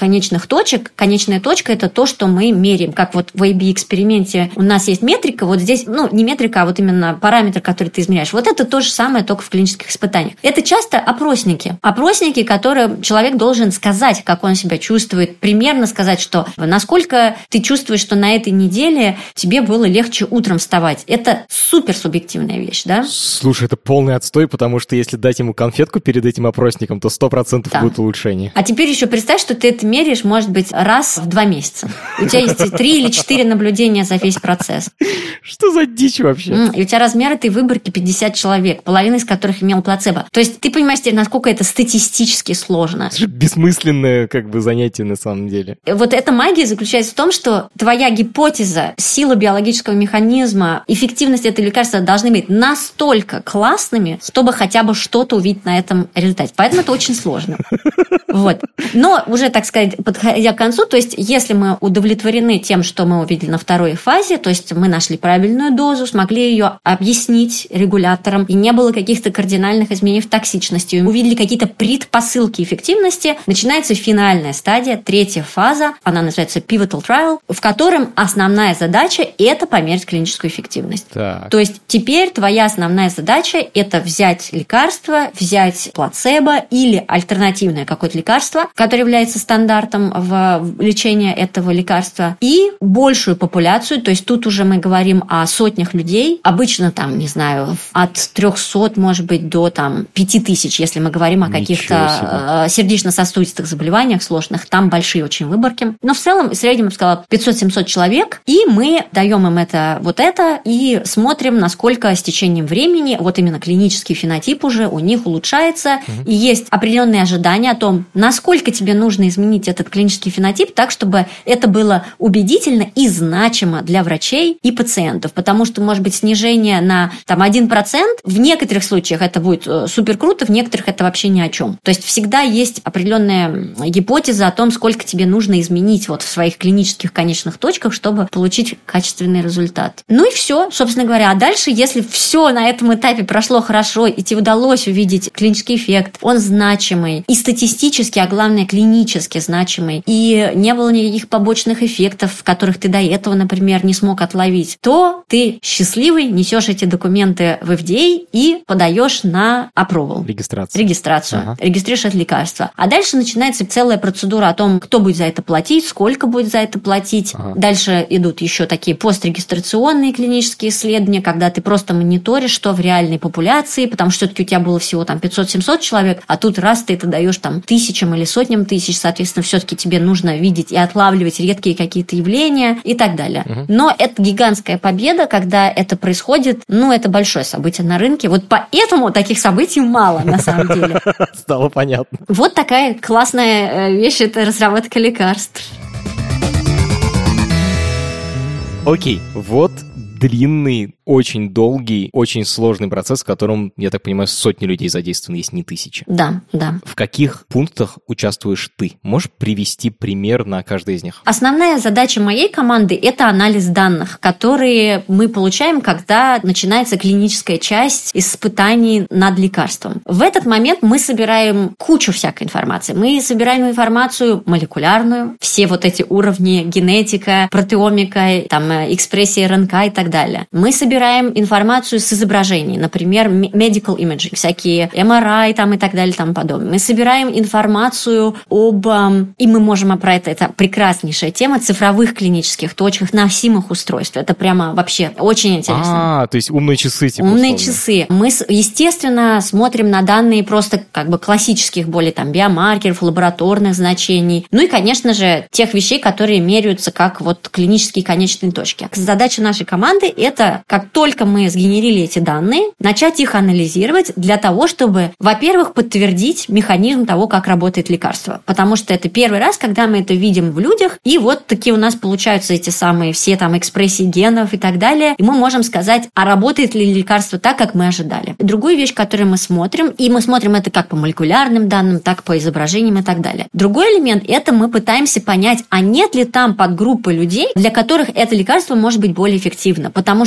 конечных точек. Конечная точка – это то, что мы меряем. Как вот в эй би-эксперименте у нас есть метрика, вот здесь, ну, не метрика, а вот именно параметр, который ты измеряешь. Вот это то же самое, только в клинических испытаниях. Это часто опросники. Опросники, которые человек должен сказать, как он себя чувствует, примерно сказать, что насколько ты чувствуешь, что на этой неделе тебе было легче утром вставать. Это супер субъективная вещь, да? Слушай, это полный отстой, потому что если дать ему конфетку перед этим опросником, то сто процентов да. будет улучшение. А теперь еще представь, что ты это меряешь, может быть, раз в два месяца. У тебя есть три или четыре наблюдения за весь процесс. Что за дичь вообще? И у тебя размер этой выборки пятьдесят человек, половина из которых имел плацебо. То есть ты понимаешь теперь, насколько это статистически сложно. Это же бессмысленное как бы занятие на самом деле. Вот эта магия заключается в том, что твоя гипотеза, сила биологического механизма, эффективность этого лекарства должны быть настолько классными, чтобы хотя бы что-то увидеть на этом результате. Поэтому это очень сложно. Вот. Но уже, так сказать, подходя к концу, то есть если мы удовлетворены тем, что мы увидели на второй фазе, то есть мы нашли правильную дозу, смогли ее объяснить регуляторам, и не было каких-то кардинальных изменений в токсичности, увидели какие-то предпосылки эффективности, начинается финальная стадия, третья фаза, она называется pivotal trial, в котором основная задача – это померить клиническую эффективность. Так. То есть теперь твоя основная задача – это взять лекарство, взять плацебо или альтернативное какое-то лекарство, которое является стандартом в лечении этого лекарства, и большую популяцию, то есть тут уже мы говорим о сотнях людей, обычно там, не знаю, от трехсот, может быть, до там пяти тысяч, если мы говорим о каких-то сердечно-сосудистых заболеваниях сложных, там большие очень выборки. Но в целом, в среднем, я бы сказала, пятьсот-семьсот человек, и мы даем им это, вот это, и смотрим, насколько с течением времени, вот именно клинический фенотип уже у них улучшается, угу. и есть определенные ожидания о том, насколько тебе нужно изменить этот клинический фенотип так, чтобы это было убедительно и значимо для врачей и пациентов, потому что, может быть, снижение на там, один процент, в некоторых случаях это будет супер круто, в некоторых это вообще ни о чем. То есть всегда есть определенная гипотеза о том, сколько тебе нужно изменить вот в своих клинических конечных точках, чтобы получить качественный результат. Ну и все, собственно говоря. А дальше, если все на этом этапе прошло хорошо, и тебе удалось увидеть клинический эффект, он значимый, и статистически, а главное, клинически значимый, и не было никаких побочных эффектов, которых ты до этого, например, не смог отловить, то ты счастливый, несешь эти документы в эф ди эй и подаешь на approval. Регистрацию. Регистрацию. Ага. Регистрируешь это лекарство. А дальше начинается целая процедура о том, кто будет за это платить, сколько будет за это платить. Ага. Дальше идут еще такие пострегистрационные клинические исследования, когда ты просто мониторишь, что в реальной популяции, потому что все-таки у тебя было всего там пятьсот-семьсот человек, а тут раз ты это даешь там тысячам или сотням тысяч, соответственно, все-таки тебе нужно видеть и отлавливать редкие какие-то явления и так далее. Угу. Но это гигантская победа, когда это происходит, ну, это большое событие на рынке. Вот поэтому таких событий мало, на самом деле. Стало понятно. Вот такая классная вещь – это разработка лекарств. Окей, вот длинный, очень долгий, очень сложный процесс, в котором, я так понимаю, сотни людей задействованы, если не тысячи. Да, да. В каких пунктах участвуешь ты? Можешь привести пример на каждый из них? Основная задача моей команды – это анализ данных, которые мы получаем, когда начинается клиническая часть испытаний над лекарством. В этот момент мы собираем кучу всякой информации. Мы собираем информацию молекулярную, все вот эти уровни, генетика, протеомика, там, экспрессия эр эн ка и так далее. Мы собираем информацию с изображений, например, medical imaging, всякие эм эр ай там, и так далее, тому подобное. Мы собираем информацию об, и мы можем про это, это прекраснейшая тема, цифровых клинических точках, носимых устройств. Это прямо вообще очень интересно. А, то есть умные часы, типа. Умные условно. Часы. Мы, естественно, смотрим на данные просто как бы классических более там биомаркеров, лабораторных значений. Ну и, конечно же, тех вещей, которые меряются как вот клинические конечные точки. Задача нашей команды – это, как только мы сгенерили эти данные, начать их анализировать для того, чтобы, во-первых, подтвердить механизм того, как работает лекарство. Потому что это первый раз, когда мы это видим в людях, и вот такие у нас получаются эти самые все там экспрессии генов и так далее, и мы можем сказать, а работает ли лекарство так, как мы ожидали. Другую вещь, которую мы смотрим, и мы смотрим это как по молекулярным данным, так по изображениям и так далее. Другой элемент – это мы пытаемся понять, а нет ли там подгруппы людей, для которых это лекарство может быть более эффективно. Потому что вот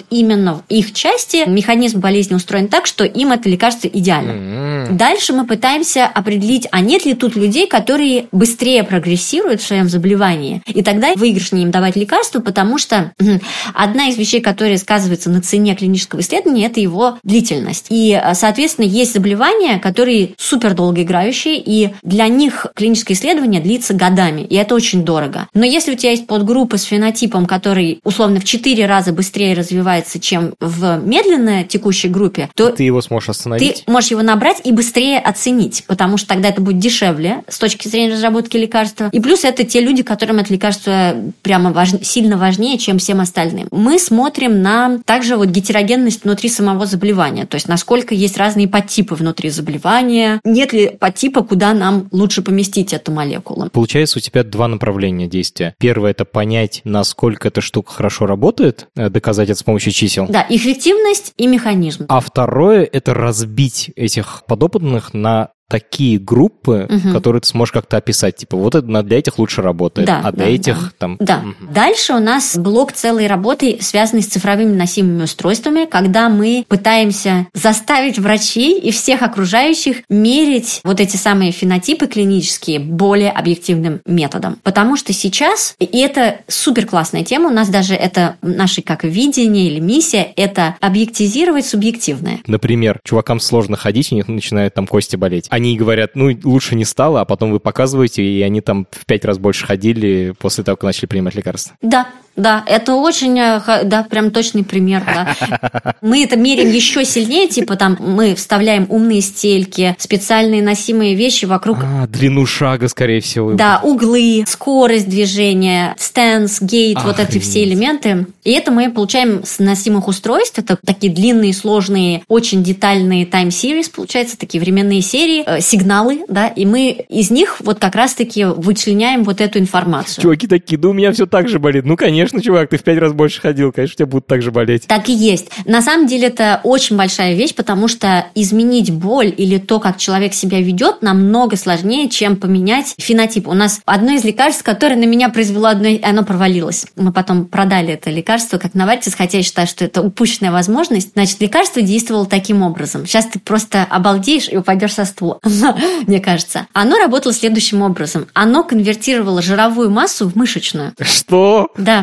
именно в их части механизм болезни устроен так, что им это лекарство идеально. Mm-hmm. Дальше мы пытаемся определить, а нет ли тут людей, которые быстрее прогрессируют в своем заболевании, и тогда выигрышнее им давать лекарство, потому что одна из вещей, которая сказывается на цене клинического исследования, это его длительность. И, соответственно, есть заболевания, которые супер долгоиграющие, и для них клиническое исследование длится годами, и это очень дорого. Но если у тебя есть подгруппа с фенотипом, который условно в четыре раза быстрее развивается, чем в медленно текущей группе, то ты его сможешь остановить. Ты можешь его набрать и быстрее оценить, потому что тогда это будет дешевле с точки зрения разработки лекарства. И плюс это те люди, которым это лекарство прямо важ... сильно важнее, чем всем остальным. Мы смотрим на также вот гетерогенность внутри самого заболевания, то есть насколько есть разные подтипы внутри заболевания, нет ли подтипа, куда нам лучше поместить эту молекулу. Получается, у тебя два направления действия. Первое – это понять, насколько эта штука хорошо работает, доказать это с помощью чисел. Да, эффективность и механизм. А второе – это разбить этих подопытных на такие группы, угу. которые ты сможешь как-то описать. Типа, вот это для этих лучше работает, да, а для да, этих да. там... Да. Угу. Дальше у нас блок целой работы, связанный с цифровыми носимыми устройствами, когда мы пытаемся заставить врачей и всех окружающих мерить вот эти самые фенотипы клинические более объективным методом. Потому что сейчас, и это супер классная тема, у нас даже это наше как видение или миссия, это объектизировать субъективное. Например, чувакам сложно ходить, у них начинают там кости болеть. Они говорят, ну, лучше не стало, а потом вы показываете, и они там в пять раз больше ходили после того, как начали принимать лекарства. Да. Да, это очень, да, прям точный пример, да. Мы это меряем еще сильнее, типа там мы вставляем умные стельки, специальные носимые вещи вокруг... А, длину шага, скорее всего. Да, углы, скорость движения, стенс, гейт, Охренеть. Вот эти все элементы. И это мы получаем с носимых устройств, это такие длинные, сложные, очень детальные time-series, получается, такие временные серии, э, сигналы, да, и мы из них вот как раз-таки вычленяем вот эту информацию. Чуваки такие, да у меня все так же болит. Ну, конечно. Конечно, чувак, ты в пять раз больше ходил, конечно, у тебя будут так же болеть. Так и есть. На самом деле это очень большая вещь, потому что изменить боль или то, как человек себя ведет, намного сложнее, чем поменять фенотип. У нас одно из лекарств, которое на меня произвело одно, оно провалилось. Мы потом продали это лекарство как Novartis, хотя я считаю, что это упущенная возможность. Значит, лекарство действовало таким образом. Сейчас ты просто обалдеешь и упадешь со стула, мне кажется. Оно работало следующим образом. Оно конвертировало жировую массу в мышечную. Что? Да.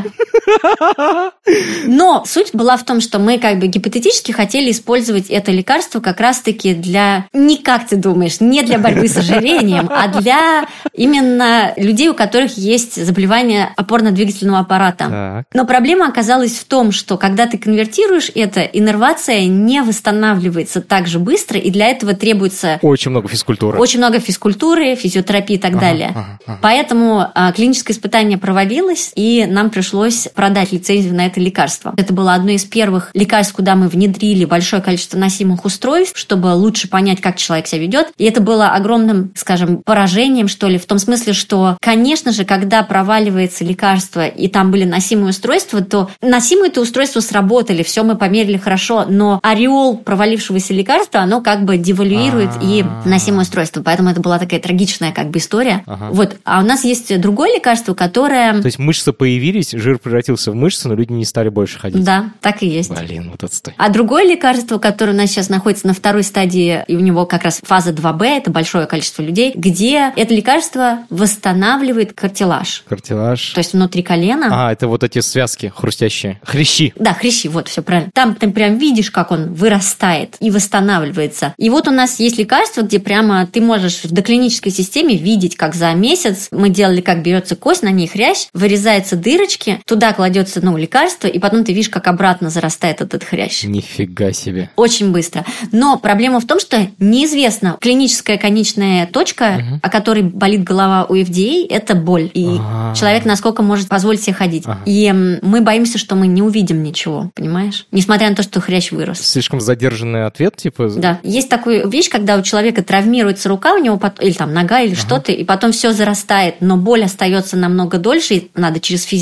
Но суть была в том, что мы как бы гипотетически хотели использовать это лекарство как раз-таки для, не как ты думаешь, не для борьбы с ожирением, а для именно людей, у которых есть заболевание опорно-двигательного аппарата. Так. Но проблема оказалась в том, что когда ты конвертируешь это, иннервация не восстанавливается так же быстро, и для этого требуется... Очень много физкультуры. Очень много физкультуры, физиотерапии и так ага, далее. Ага, ага. Поэтому а, клиническое испытание провалилось, и нам пришлось продать лицензию на это лекарство. Это было одно из первых лекарств, куда мы внедрили большое количество носимых устройств, чтобы лучше понять, как человек себя ведет. И это было огромным, скажем, поражением, что ли, в том смысле, что, конечно же, когда проваливается лекарство, и там были носимые устройства, то носимые-то устройства сработали, все мы померили хорошо, но ореол провалившегося лекарства, оно как бы девальвирует и носимое устройство. Поэтому это была такая трагичная как бы история. Ага. Вот. А у нас есть другое лекарство, которое... То есть мышцы появились, жир превратился в мышцы, но люди не стали больше ходить. Да, так и есть. Блин, вот отстой. А другое лекарство, которое у нас сейчас находится на второй стадии, и у него как раз фаза два бэ, это большое количество людей, где это лекарство восстанавливает картилаж. Картилаж. То есть внутри колена. А, это вот эти связки хрустящие. Хрящи. Да, хрящи, вот, все правильно. Там ты прям видишь, как он вырастает и восстанавливается. И вот у нас есть лекарство, где прямо ты можешь в доклинической системе видеть, как за месяц мы делали, как берется кость, на ней хрящ, вырезаются дырочки, туда кладется, ну, лекарство, и потом ты видишь, как обратно зарастает этот хрящ. Нифига себе. Очень быстро. Но проблема в том, что неизвестно. Клиническая конечная точка, угу. о которой болит голова у эф ди эй, это боль. И А-а-а. человек насколько может позволить себе ходить. Ага. И мы боимся, что мы не увидим ничего, понимаешь? Несмотря на то, что хрящ вырос. Слишком задержанный ответ, типа? Да. Есть такая вещь, когда у человека травмируется рука, у него потом, или там нога, или ага. что-то, и потом все зарастает, но боль остается намного дольше, и надо через физиотерапию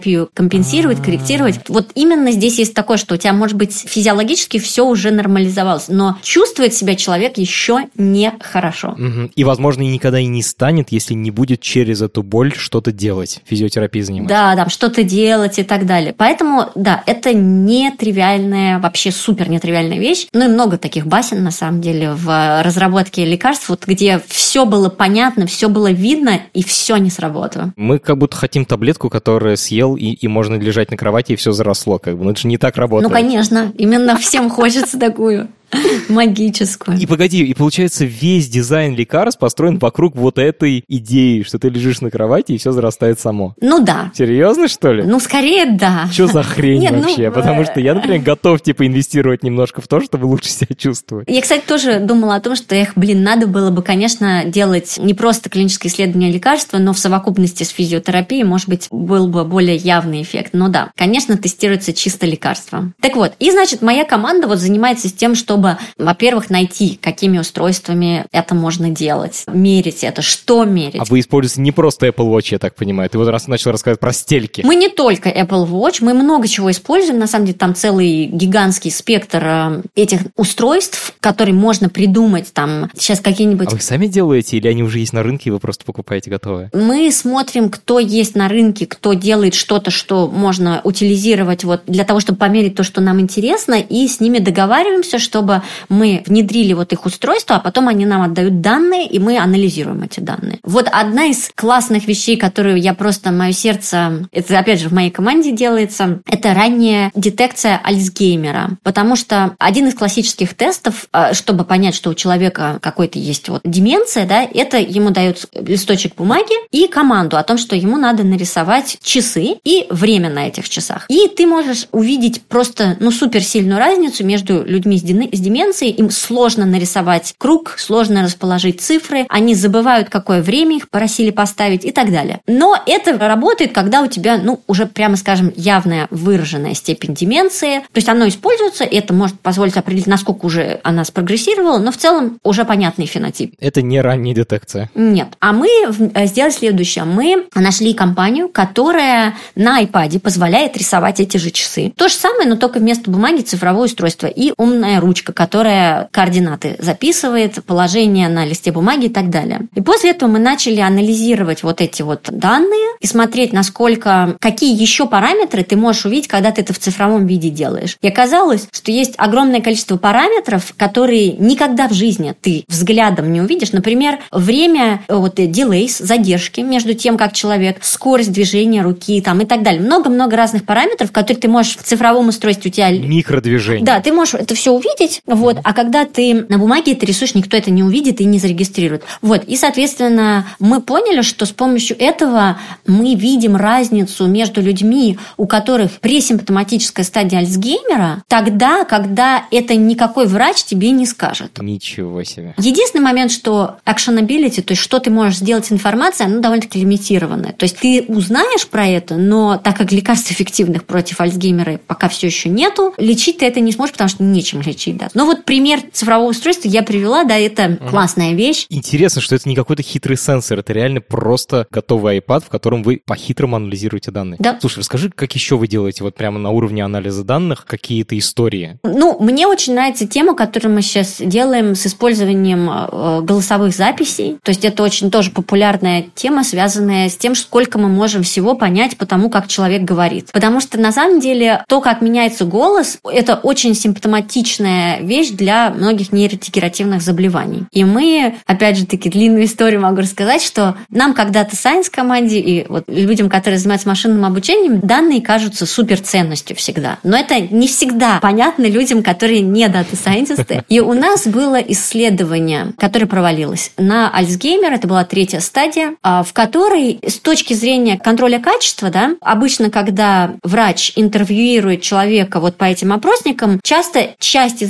терапию компенсировать, корректировать. Вот именно здесь есть такое, что у тебя, может быть, физиологически все уже нормализовалось, но чувствует себя человек еще нехорошо. Угу. И, возможно, и никогда и не станет, если не будет через эту боль что-то делать, физиотерапией заниматься. Да, там что-то делать и так далее. Поэтому, да, это нетривиальная, вообще супер нетривиальная вещь. Ну и много таких басен, на самом деле, в разработке лекарств, вот, где все было понятно, все было видно, и все не сработало. Мы как будто хотим таблетку, которую съел, и, и можно лежать на кровати, и все заросло. Как бы. Но это же не так работает. Ну, конечно. Именно всем хочется такую магическую. И погоди, и получается, весь дизайн лекарств построен вокруг вот этой идеи, что ты лежишь на кровати, и все зарастает само. Ну да. Серьезно, что ли? Ну, скорее, да. Что за хрень Нет, вообще? ну, Потому что я, например, готов, типа, инвестировать немножко в то, чтобы лучше себя чувствовать. Я, кстати, тоже думала о том, что, эх, блин, надо было бы, конечно, делать не просто клинические исследования лекарства, но в совокупности с физиотерапией, может быть, был бы более явный эффект. Но да, конечно, тестируется чисто лекарство. Так вот, и, значит, моя команда вот занимается тем, чтобы чтобы, во-первых, найти, какими устройствами это можно делать, мерить это, что мерить. А вы используете не просто Apple Watch, я так понимаю. Ты вот раз начал рассказывать про стельки. Мы не только Apple Watch, мы много чего используем. На самом деле там целый гигантский спектр этих устройств, которые можно придумать. Там сейчас какие-нибудь... А вы сами делаете или они уже есть на рынке, и вы просто покупаете готовые? Мы смотрим, кто есть на рынке, кто делает что-то, что можно утилизировать вот для того, чтобы померить то, что нам интересно, и с ними договариваемся, чтобы мы внедрили вот их устройство, а потом они нам отдают данные, и мы анализируем эти данные. Вот одна из классных вещей, которую я просто, мое сердце, это опять же в моей команде делается, это ранняя детекция Альцгеймера. Потому что один из классических тестов, чтобы понять, что у человека какой-то есть вот деменция, да, это ему дают листочек бумаги и команду о том, что ему надо нарисовать часы и время на этих часах. И ты можешь увидеть просто, ну, суперсильную разницу между людьми с деменцией. Им сложно нарисовать круг, сложно расположить цифры, они забывают, какое время их просили поставить и так далее. Но это работает, когда у тебя, ну, уже, прямо скажем, явная выраженная степень деменции. То есть оно используется, и это может позволить определить, насколько уже она спрогрессировала, но в целом уже понятный фенотип. Это не ранняя детекция. Нет. А мы сделали следующее. Мы нашли компанию, которая на iPad позволяет рисовать эти же часы. То же самое, но только вместо бумаги цифровое устройство и умная ручка, которая координаты записывает, положение на листе бумаги и так далее. И после этого мы начали анализировать вот эти вот данные и смотреть, насколько, какие еще параметры ты можешь увидеть, когда ты это в цифровом виде делаешь. И оказалось, что есть огромное количество параметров, которые никогда в жизни ты взглядом не увидишь. Например, время, вот delays, задержки между тем, как человек, скорость движения руки там, и так далее. Много-много разных параметров, которые ты можешь в цифровом устройстве у тебя... Микродвижение. Да, ты можешь это все увидеть, вот, а когда ты на бумаге это рисуешь, никто это не увидит и не зарегистрирует. Вот, и, соответственно, мы поняли, что с помощью этого мы видим разницу между людьми, у которых пресимптоматическая стадия Альцгеймера, тогда, когда это никакой врач тебе не скажет. Ничего себе. Единственный момент, что actionability, то есть что ты можешь сделать с информацией, оно довольно-таки лимитированное. То есть ты узнаешь про это, но так как лекарств эффективных против Альцгеймера пока все еще нету, лечить ты это не сможешь, потому что нечем лечить. Да. Но вот пример цифрового устройства я привела, да, это угу. классная вещь. Интересно, что это не какой-то хитрый сенсор, это реально просто готовый iPad, в котором вы по-хитрому анализируете данные. Да. Слушай, расскажи, как еще вы делаете вот прямо на уровне анализа данных какие-то истории? Ну, мне очень нравится тема, которую мы сейчас делаем с использованием э, голосовых записей. То есть это очень тоже популярная тема, связанная с тем, сколько мы можем всего понять по тому, как человек говорит. Потому что на самом деле то, как меняется голос, это очень симптоматичная вещь для многих нейродегенеративных заболеваний. И мы, опять же таки, длинную историю могу рассказать, что нам когда-то в Science-команде и вот людям, которые занимаются машинным обучением, данные кажутся суперценностью всегда. Но это не всегда понятно людям, которые не дата-сайентисты. И у нас было исследование, которое провалилось на Альцгеймер, это была третья стадия, в которой с точки зрения контроля качества, да, обычно, когда врач интервьюирует человека вот по этим опросникам, часто часть из этих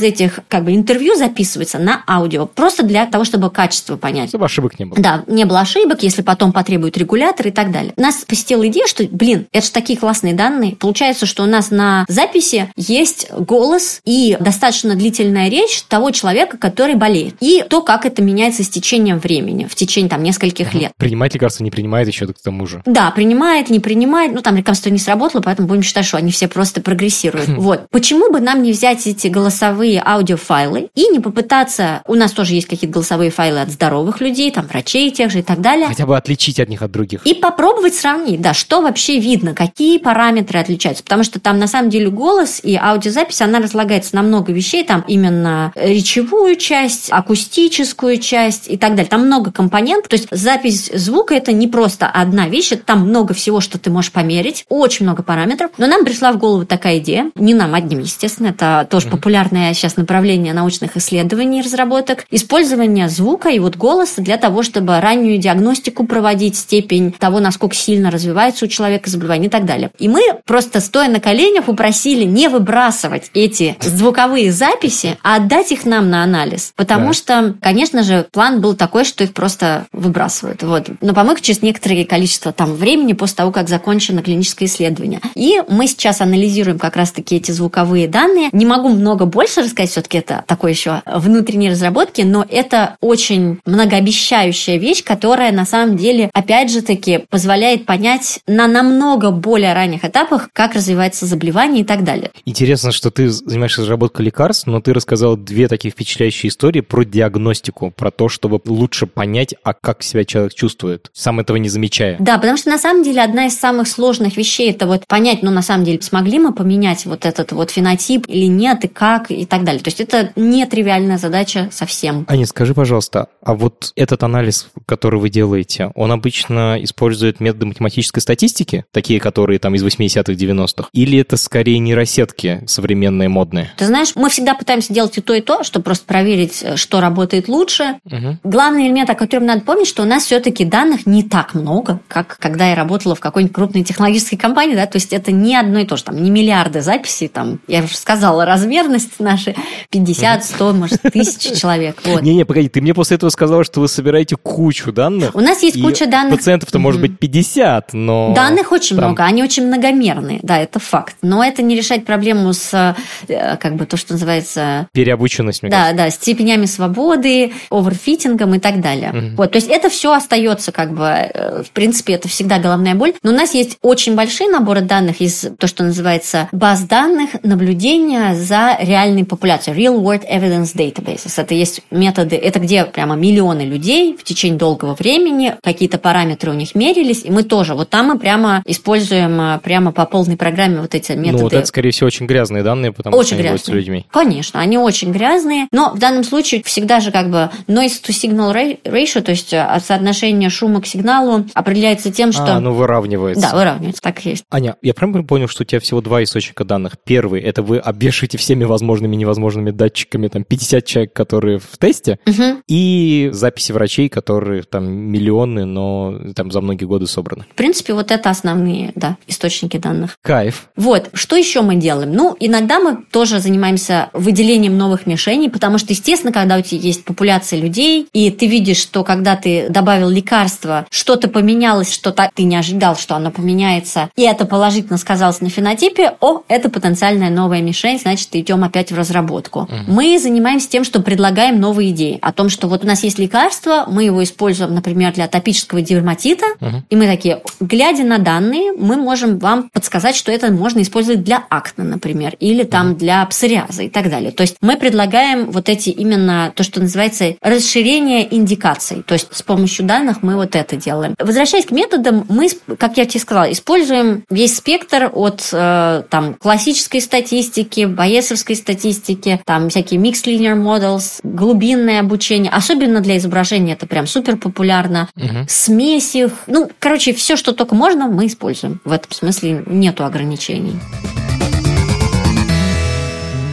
как бы интервью записывается на аудио, просто для того, чтобы качество понять. Чтобы ошибок не было. Да, не было ошибок, если потом потребует регулятор и так далее. Нас посетила идея, что, блин, это же такие классные данные. Получается, что у нас на записи есть голос и достаточно длительная речь того человека, который болеет. И то, как это меняется с течением времени, в течение там нескольких лет. Принимать лекарства не принимает еще к тому же. Да, принимает, не принимает. Ну, там лекарство не сработало, поэтому будем считать, что они все просто прогрессируют. Вот. Почему бы нам не взять эти голосовые аудиофайлы и не попытаться... У нас тоже есть какие-то голосовые файлы от здоровых людей, там, врачей тех же и так далее. Хотя бы отличить от них от других. И попробовать сравнить, да, что вообще видно, какие параметры отличаются. Потому что там, на самом деле, голос и аудиозапись, она разлагается на много вещей. Там именно речевую часть, акустическую часть и так далее. Там много компонентов. То есть запись звука – это не просто одна вещь, это там много всего, что ты можешь померить. Очень много параметров. Но нам пришла в голову такая идея. Не нам одним, естественно. Это тоже mm-hmm. популярное сейчас направление научных исследований и разработок. Использование звука и вот голоса для того, чтобы раннюю диагностику проводить, степень того, насколько сильно развивается у человека заболевание и так далее. И мы просто, стоя на коленях, упросили не выбрасывать эти звуковые записи, а отдать их нам на анализ. Потому да. что, конечно же, план был такой, что их просто выбрасывают. Вот. Но, по-моему, через некоторое количество там, времени после того, как закончено клиническое исследование. И мы сейчас анализируем как раз-таки эти звуковые данные. Не могу много больше рассказать, все-таки это такой еще внутренней разработки, но это очень многообещающая вещь, которая на самом деле, опять же таки, позволяет понять на намного более ранних этапах, как развивается заболевание и так далее. Интересно, что ты занимаешься разработкой лекарств, но ты рассказал две такие впечатляющие истории про диагностику, про то, чтобы лучше понять, а как себя человек чувствует, сам этого не замечая. Да, потому что на самом деле одна из самых сложных вещей это вот понять, ну на самом деле смогли мы поменять вот этот вот фенотип или нет, и как, и так далее. То есть это не тривиальная задача совсем. Аня, скажи, пожалуйста, а вот этот анализ, который вы делаете, он обычно использует методы математической статистики, такие, которые там из восьмидесятых, девяностых, или это скорее нейросетки современные, модные? Ты знаешь, мы всегда пытаемся делать и то, и то, чтобы просто проверить, что работает лучше. Угу. Главный элемент, о котором надо помнить, что у нас все-таки данных не так много, как когда я работала в какой-нибудь крупной технологической компании, да, то есть это не одно и то же, там не миллиарды записей, там, я уже сказала, размерность наши пятьдесят, сто, может, тысячи человек. Вот. Не-не, погоди, ты мне после этого сказала, что вы собираете кучу данных. У нас есть куча данных. Пациентов-то mm-hmm. может быть пятьдесят, но... Данных очень там... много, они очень многомерные, да, это факт. Но это не решает проблему с, как бы, то, что называется... Переобученность, мне да, кажется. Да, степенями свободы, оверфитингом и так далее. Mm-hmm. Вот, то есть это все остается, как бы, в принципе, это всегда головная боль. Но у нас есть очень большие наборы данных из то, что называется баз данных наблюдения за реальной популяцией. Real World Evidence Databases. Это есть методы, это где прямо миллионы людей в течение долгого времени, какие-то параметры у них мерились, и мы тоже, вот там мы прямо используем прямо по полной программе вот эти методы. Ну, вот это, скорее всего, очень грязные данные, потому очень что они грязные. будут с людьми. Конечно, они очень грязные, но в данном случае всегда же как бы noise to signal ratio, то есть соотношение шума к сигналу определяется тем, что... А, ну выравнивается. Да, выравнивается, так и есть. Аня, я правильно понял, что у тебя всего два источника данных? Первый, это вы обвешиваете всеми возможными и невозможными датчиками, там, пятьдесят человек, которые в тесте, угу. и записи врачей, которые там миллионы, но там за многие годы собраны. В принципе, вот это основные, да, источники данных. Кайф. Вот, что еще мы делаем? Ну, иногда мы тоже занимаемся выделением новых мишеней, потому что, естественно, когда у тебя есть популяция людей, и ты видишь, что когда ты добавил лекарство, что-то поменялось, что-то ты не ожидал, что оно поменяется, и это положительно сказалось на фенотипе, о, это потенциальная новая мишень, значит, идем опять в разработку. Угу. Мы занимаемся тем, что предлагаем новые идеи о том, что вот у нас есть лекарство, мы его используем, например, для атопического дерматита, угу. и мы такие, глядя на данные, мы можем вам подсказать, что это можно использовать для акне, например, или там угу. для псориаза и так далее. То есть мы предлагаем вот эти именно то, что называется расширение индикаций. То есть с помощью данных мы вот это делаем. Возвращаясь к методам, мы, как я тебе сказала, используем весь спектр от э, там, классической статистики, байесовской статистики, там всякие mixed linear models, глубинное обучение. Особенно для изображения это прям супер популярно. Угу. Смеси. Ну, короче, все, что только можно, мы используем. В этом смысле нету ограничений.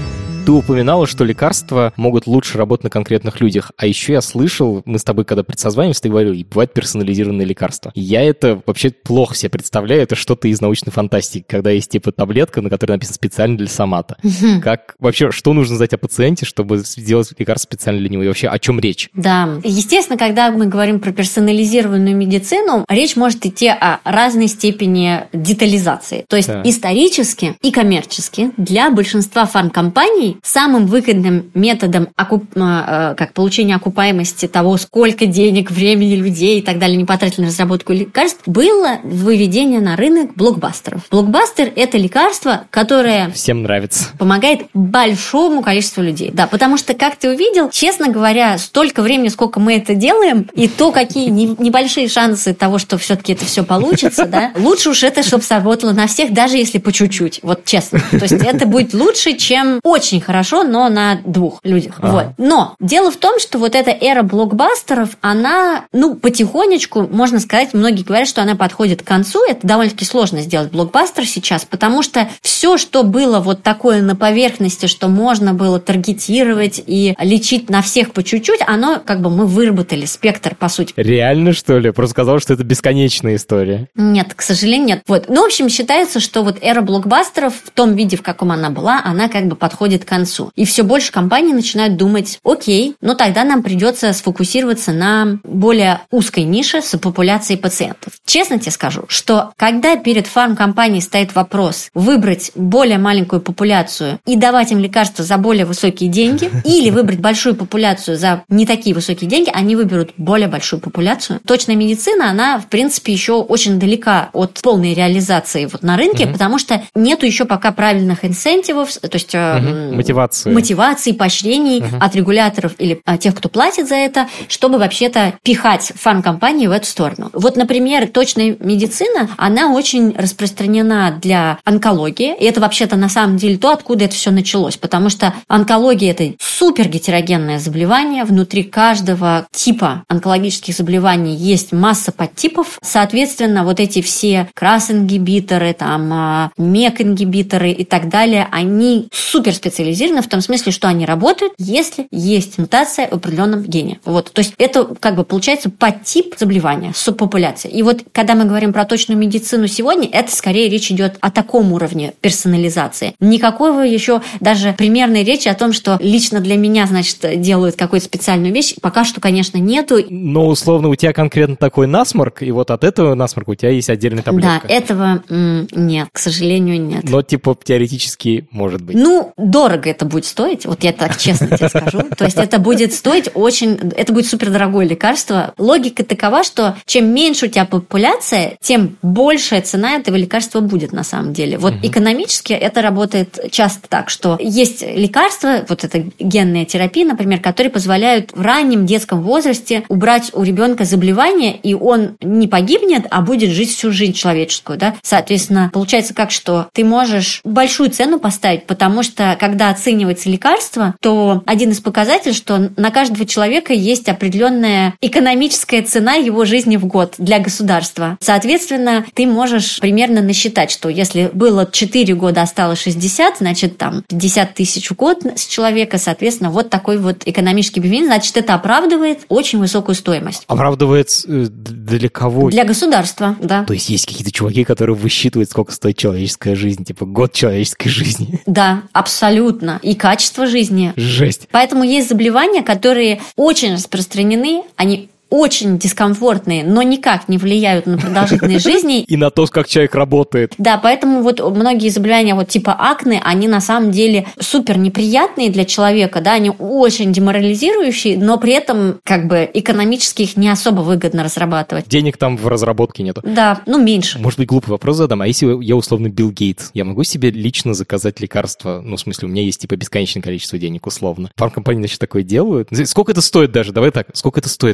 Ты упоминала, что лекарства могут лучше работать на конкретных людях. А еще я слышал, мы с тобой, когда предсозваниваемся, ты говорил, и бывают персонализированные лекарства. Я это вообще плохо себе представляю. Это что-то из научной фантастики, когда есть типа таблетка, на которой написано специально для сомата. Угу. Как вообще, что нужно знать о пациенте, чтобы сделать лекарство специально для него? И вообще, о чем речь? Да. Естественно, когда мы говорим про персонализированную медицину, речь может идти о разной степени детализации. То есть да. исторически и коммерчески для большинства фармкомпаний самым выгодным методом окуп... как получения окупаемости того, сколько денег, времени, людей и так далее не потратили на разработку лекарств, было выведение на рынок блокбастеров. Блокбастер – это лекарство, которое всем нравится, помогает большому количеству людей. Да, потому что, как ты увидел, честно говоря, столько времени, сколько мы это делаем, и то, какие небольшие шансы того, что все-таки это все получится, да, лучше уж это, чтобы сработало на всех, даже если по чуть-чуть, вот честно. То есть это будет лучше, чем очень хорошо, но на двух людях. А. Вот. Но дело в том, что вот эта эра блокбастеров, она, ну, потихонечку, можно сказать, многие говорят, что она подходит к концу. Это довольно-таки сложно сделать блокбастер сейчас, потому что все, что было вот такое на поверхности, что можно было таргетировать и лечить на всех по чуть-чуть, оно, как бы, мы выработали спектр, по сути. Реально, что ли? Просто сказал, что это бесконечная история. Нет, к сожалению, нет. Вот. Ну, в общем, считается, что вот эра блокбастеров в том виде, в каком она была, она как бы подходит к концу. И все больше компаний начинают думать, окей, но тогда нам придется сфокусироваться на более узкой нише с популяцией пациентов. Честно тебе скажу, что когда перед фармкомпанией стоит вопрос выбрать более маленькую популяцию и давать им лекарства за более высокие деньги, или выбрать большую популяцию за не такие высокие деньги, они выберут более большую популяцию. Точная медицина, она, в принципе, еще очень далека от полной реализации вот на рынке, угу. потому что нету еще пока правильных инсентивов, то есть угу. мотивации. мотивации, поощрений угу. от регуляторов или от тех, кто платит за это, чтобы вообще-то пихать фармкомпании в эту сторону. Вот, например, точная медицина, она очень распространена для онкологии, и это вообще-то на самом деле то, откуда это все началось, потому что онкология – это супер гетерогенное заболевание, внутри каждого типа онкологических заболеваний есть масса подтипов, соответственно, вот эти все крас-ингибиторы, там, мек-ингибиторы и так далее, они супер специализированы в том смысле, что они работают, если есть мутация в определенном гене. Вот, то есть это как бы получается подтип заболевания, субпопуляция. И вот когда мы говорим про точную медицину сегодня, это скорее речь идет о таком уровне персонализации. Никакого еще даже примерной речи о том, что лично для меня, значит, делают какую-то специальную вещь, пока что, конечно, нету. Но условно у тебя конкретно такой насморк, и вот от этого насморка у тебя есть отдельная таблетка. Да, этого м- нет, к сожалению, нет. Но типа теоретически может быть. Ну, дорого это будет стоить, вот я так честно тебе скажу. То есть это будет стоить очень, это будет супердорогое лекарство. Логика такова, что чем меньше у тебя популяция, тем большая цена этого лекарства будет на самом деле. Вот угу. экономически это работает часто так, что есть лекарства, вот эта генная терапия, например, которые позволяют в раннем детском возрасте убрать у ребенка заболевание, и он не погибнет, а будет жить всю жизнь человеческую, да. Соответственно, получается как, что ты можешь большую цену поставить, потому что, когда оценивается лекарство, то один из показателей, что на каждого человека есть определенная экономическая цена его жизни в год для государства. Соответственно, ты можешь примерно насчитать, что если было четыре года, а стало шестьдесят, значит, там пятьдесят тысяч в год с человека, соответственно, вот такой вот экономический бенефит, значит, это оправдывает очень высокую стоимость. Оправдывает для кого? Для государства, да. То есть есть какие-то чуваки, которые высчитывают, сколько стоит человеческая жизнь, типа год человеческой жизни. Да, абсолютно. И качество жизни. Жесть. Поэтому есть заболевания, которые очень распространены, они очень дискомфортные, но никак не влияют на продолжительность жизни. И на то, как человек работает. Да, поэтому вот многие заболевания вот типа акне, они на самом деле супер неприятные для человека, да, они очень деморализирующие, но при этом как бы экономически их не особо выгодно разрабатывать. Денег там в разработке нету. Да, ну меньше. Может быть, глупый вопрос задам, а если я условно Билл Гейтс, я могу себе лично заказать лекарства, ну в смысле, у меня есть типа бесконечное количество денег условно. Фармкомпании, значит, такое делают. Сколько это стоит даже? Давай так, сколько это стоит примерно?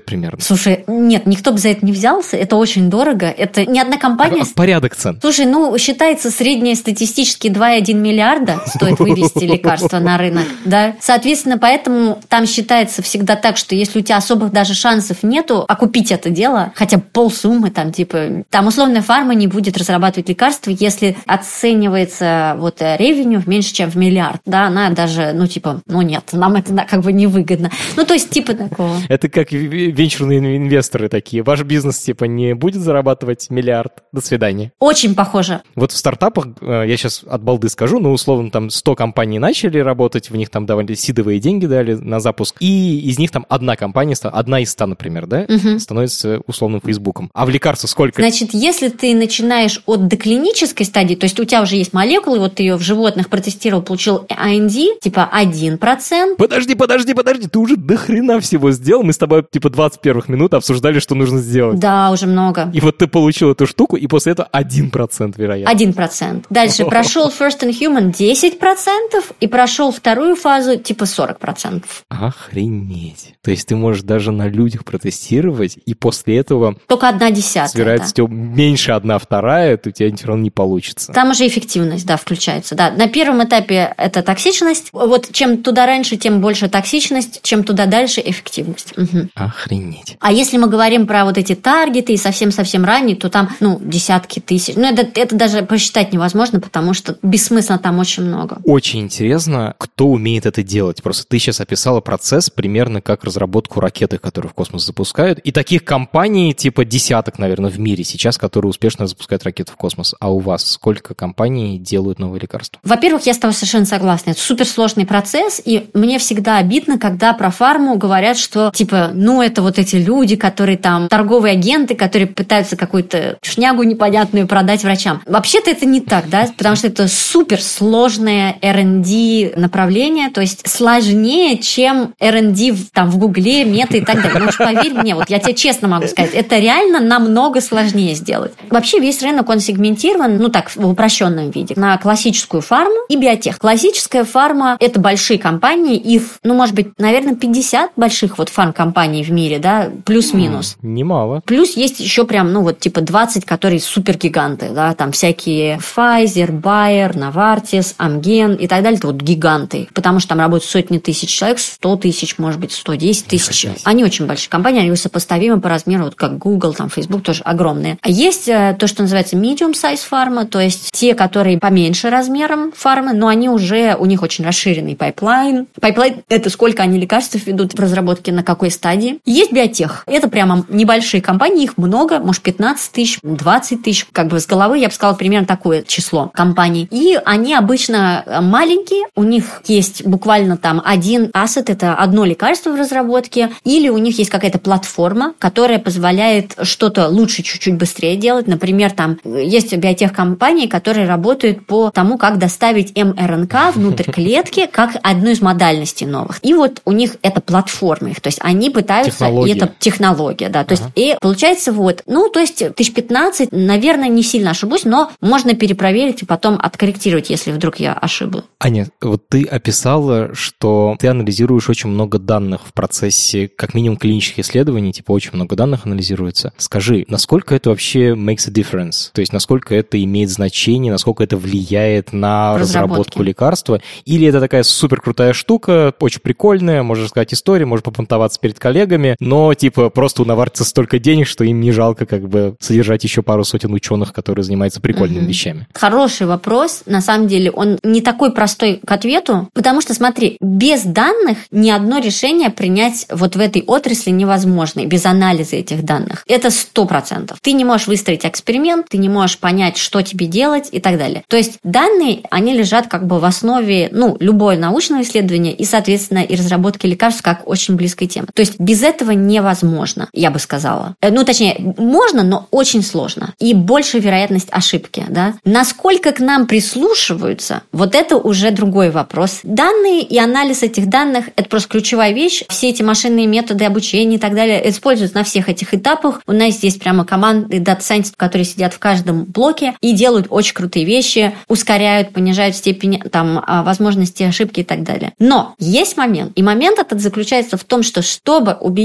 Слушай, нет, никто бы за это не взялся, это очень дорого, это ни одна компания... А, порядок цен. Слушай, ну, считается среднестатистически два и один миллиарда стоит вывести лекарство на рынок, да. Соответственно, поэтому там считается всегда так, что если у тебя особых даже шансов нету окупить это дело, хотя бы полсуммы, там, типа, там условная фарма не будет разрабатывать лекарства, если оценивается вот ревеню меньше, чем в миллиард, да, она даже, ну, типа, ну, нет, нам это как бы невыгодно. Ну, то есть, типа такого. Это как венчурные инвесторы такие. Ваш бизнес, типа, не будет зарабатывать миллиард. До свидания. Очень похоже. Вот в стартапах, я сейчас от балды скажу, ну, условно, там сто компаний начали работать, в них там давали сидовые деньги дали на запуск, и из них там одна компания, одна из ста, например, да, угу. становится условным Фейсбуком. А в лекарствах сколько? Значит, если ты начинаешь от доклинической стадии, то есть у тебя уже есть молекулы, вот ты ее в животных протестировал, получил ай эн ди, типа один процент. Подожди, подожди, подожди, ты уже до хрена всего сделал. Мы с тобой, типа, двадцать первых минут обсуждали, что нужно сделать. Да, уже много. И вот ты получил эту штуку, и после этого один процент, вероятно. один процент. Дальше прошел First in Human десять процентов, и прошел вторую фазу, типа, сорок процентов. Охренеть. То есть ты можешь даже на людях протестировать, и после этого... Только одна десятая. С вероятностью да. меньше одна вторая, то у тебя все равно не получится. Там уже эффективность, да, включается. Да. На первом этапе это токсичность. Вот чем туда раньше, тем больше токсичность, чем туда дальше эффективность. Угу. Охренеть. А если мы говорим про вот эти таргеты и совсем-совсем ранние, то там, ну, десятки тысяч. Ну, это, это даже посчитать невозможно, потому что бессмысленно там очень много. Очень интересно, кто умеет это делать. Просто ты сейчас описала процесс примерно как разработку ракеты, которые в космос запускают. И таких компаний, типа десяток, наверное, в мире сейчас, которые успешно запускают ракеты в космос. А у вас сколько компаний делают новые лекарства? Во-первых, я с тобой совершенно согласна. Это суперсложный процесс, и мне всегда обидно, когда про фарму говорят, что, типа, ну, это вот эти люди, которые там, торговые агенты, которые пытаются какую-то шнягу непонятную продать врачам. Вообще-то это не так, да, потому что это суперсложное эр энд ди направление, то есть сложнее, чем эр энд ди там в Гугле, Мета и так далее. Ну уж поверь мне, вот я тебе честно могу сказать, это реально намного сложнее сделать. Вообще весь рынок, он сегментирован, ну так, в упрощенном виде, на классическую фарму и биотех. Классическая фарма – это большие компании, их, ну, может быть, наверное, пятьдесят больших вот фармкомпаний в мире, да, плюс-минус. Mm, немало. Плюс есть еще прям, ну, вот типа двадцать, которые супергиганты, да, там всякие Pfizer, Bayer, Novartis, Amgen и так далее, это вот гиганты, потому что там работают сотни тысяч человек, сто тысяч, может быть, сто десять тысяч. Они очень большие компании, они сопоставимы по размеру, вот как Google, там, Facebook тоже огромные. А есть то, что называется medium-size pharma, то есть те, которые поменьше размером фармы, но они уже, у них очень расширенный пайплайн. Пайплайн – это сколько они лекарств ведут в разработке, на какой стадии. Есть биотех. Это прямо небольшие компании, их много, может, пятнадцать тысяч, двадцать тысяч, как бы с головы я бы сказала примерно такое число компаний. И они обычно маленькие, у них есть буквально там один ассет, это одно лекарство в разработке, или у них есть какая-то платформа, которая позволяет что-то лучше, чуть-чуть быстрее делать. Например, там есть биотех-компании, которые работают по тому, как доставить эм эр эн ка внутрь клетки, как одну из модальностей новых. И вот у них это платформа их, то есть они пытаются... Технология. И это технология, да. То ага. есть, и получается вот, ну, то есть тысяч пятнадцать, наверное, не сильно ошибусь, но можно перепроверить и потом откорректировать, если вдруг я ошиблась. Аня, вот ты описала, что ты анализируешь очень много данных в процессе, как минимум, клинических исследований, типа очень много данных анализируется. Скажи, насколько это вообще makes a difference? То есть, насколько это имеет значение, насколько это влияет на разработку лекарства? Или это такая супер крутая штука, очень прикольная, можно сказать история, можно попонтоваться перед коллегами, но, типа, просто у Novartis столько денег, что им не жалко как бы содержать еще пару сотен ученых, которые занимаются прикольными угу. вещами. Хороший вопрос. На самом деле, он не такой простой к ответу, потому что, смотри, без данных ни одно решение принять вот в этой отрасли невозможно, без анализа этих данных. Это сто процентов. Ты не можешь выстроить эксперимент, ты не можешь понять, что тебе делать и так далее. То есть данные, они лежат как бы в основе, ну, любого научного исследования и, соответственно, и разработки лекарств как очень близкой темы. То есть без этого невозможно, я бы сказала. Ну, точнее, можно, но очень сложно. И большая вероятность ошибки, да. Насколько к нам прислушиваются, вот это уже другой вопрос. Данные и анализ этих данных – это просто ключевая вещь. Все эти машинные методы обучения и так далее используются на всех этих этапах. У нас здесь прямо команды дата-сайентистов, которые сидят в каждом блоке и делают очень крутые вещи, ускоряют, понижают степень там, возможности ошибки и так далее. Но есть момент. И момент этот заключается в том, что чтобы убедить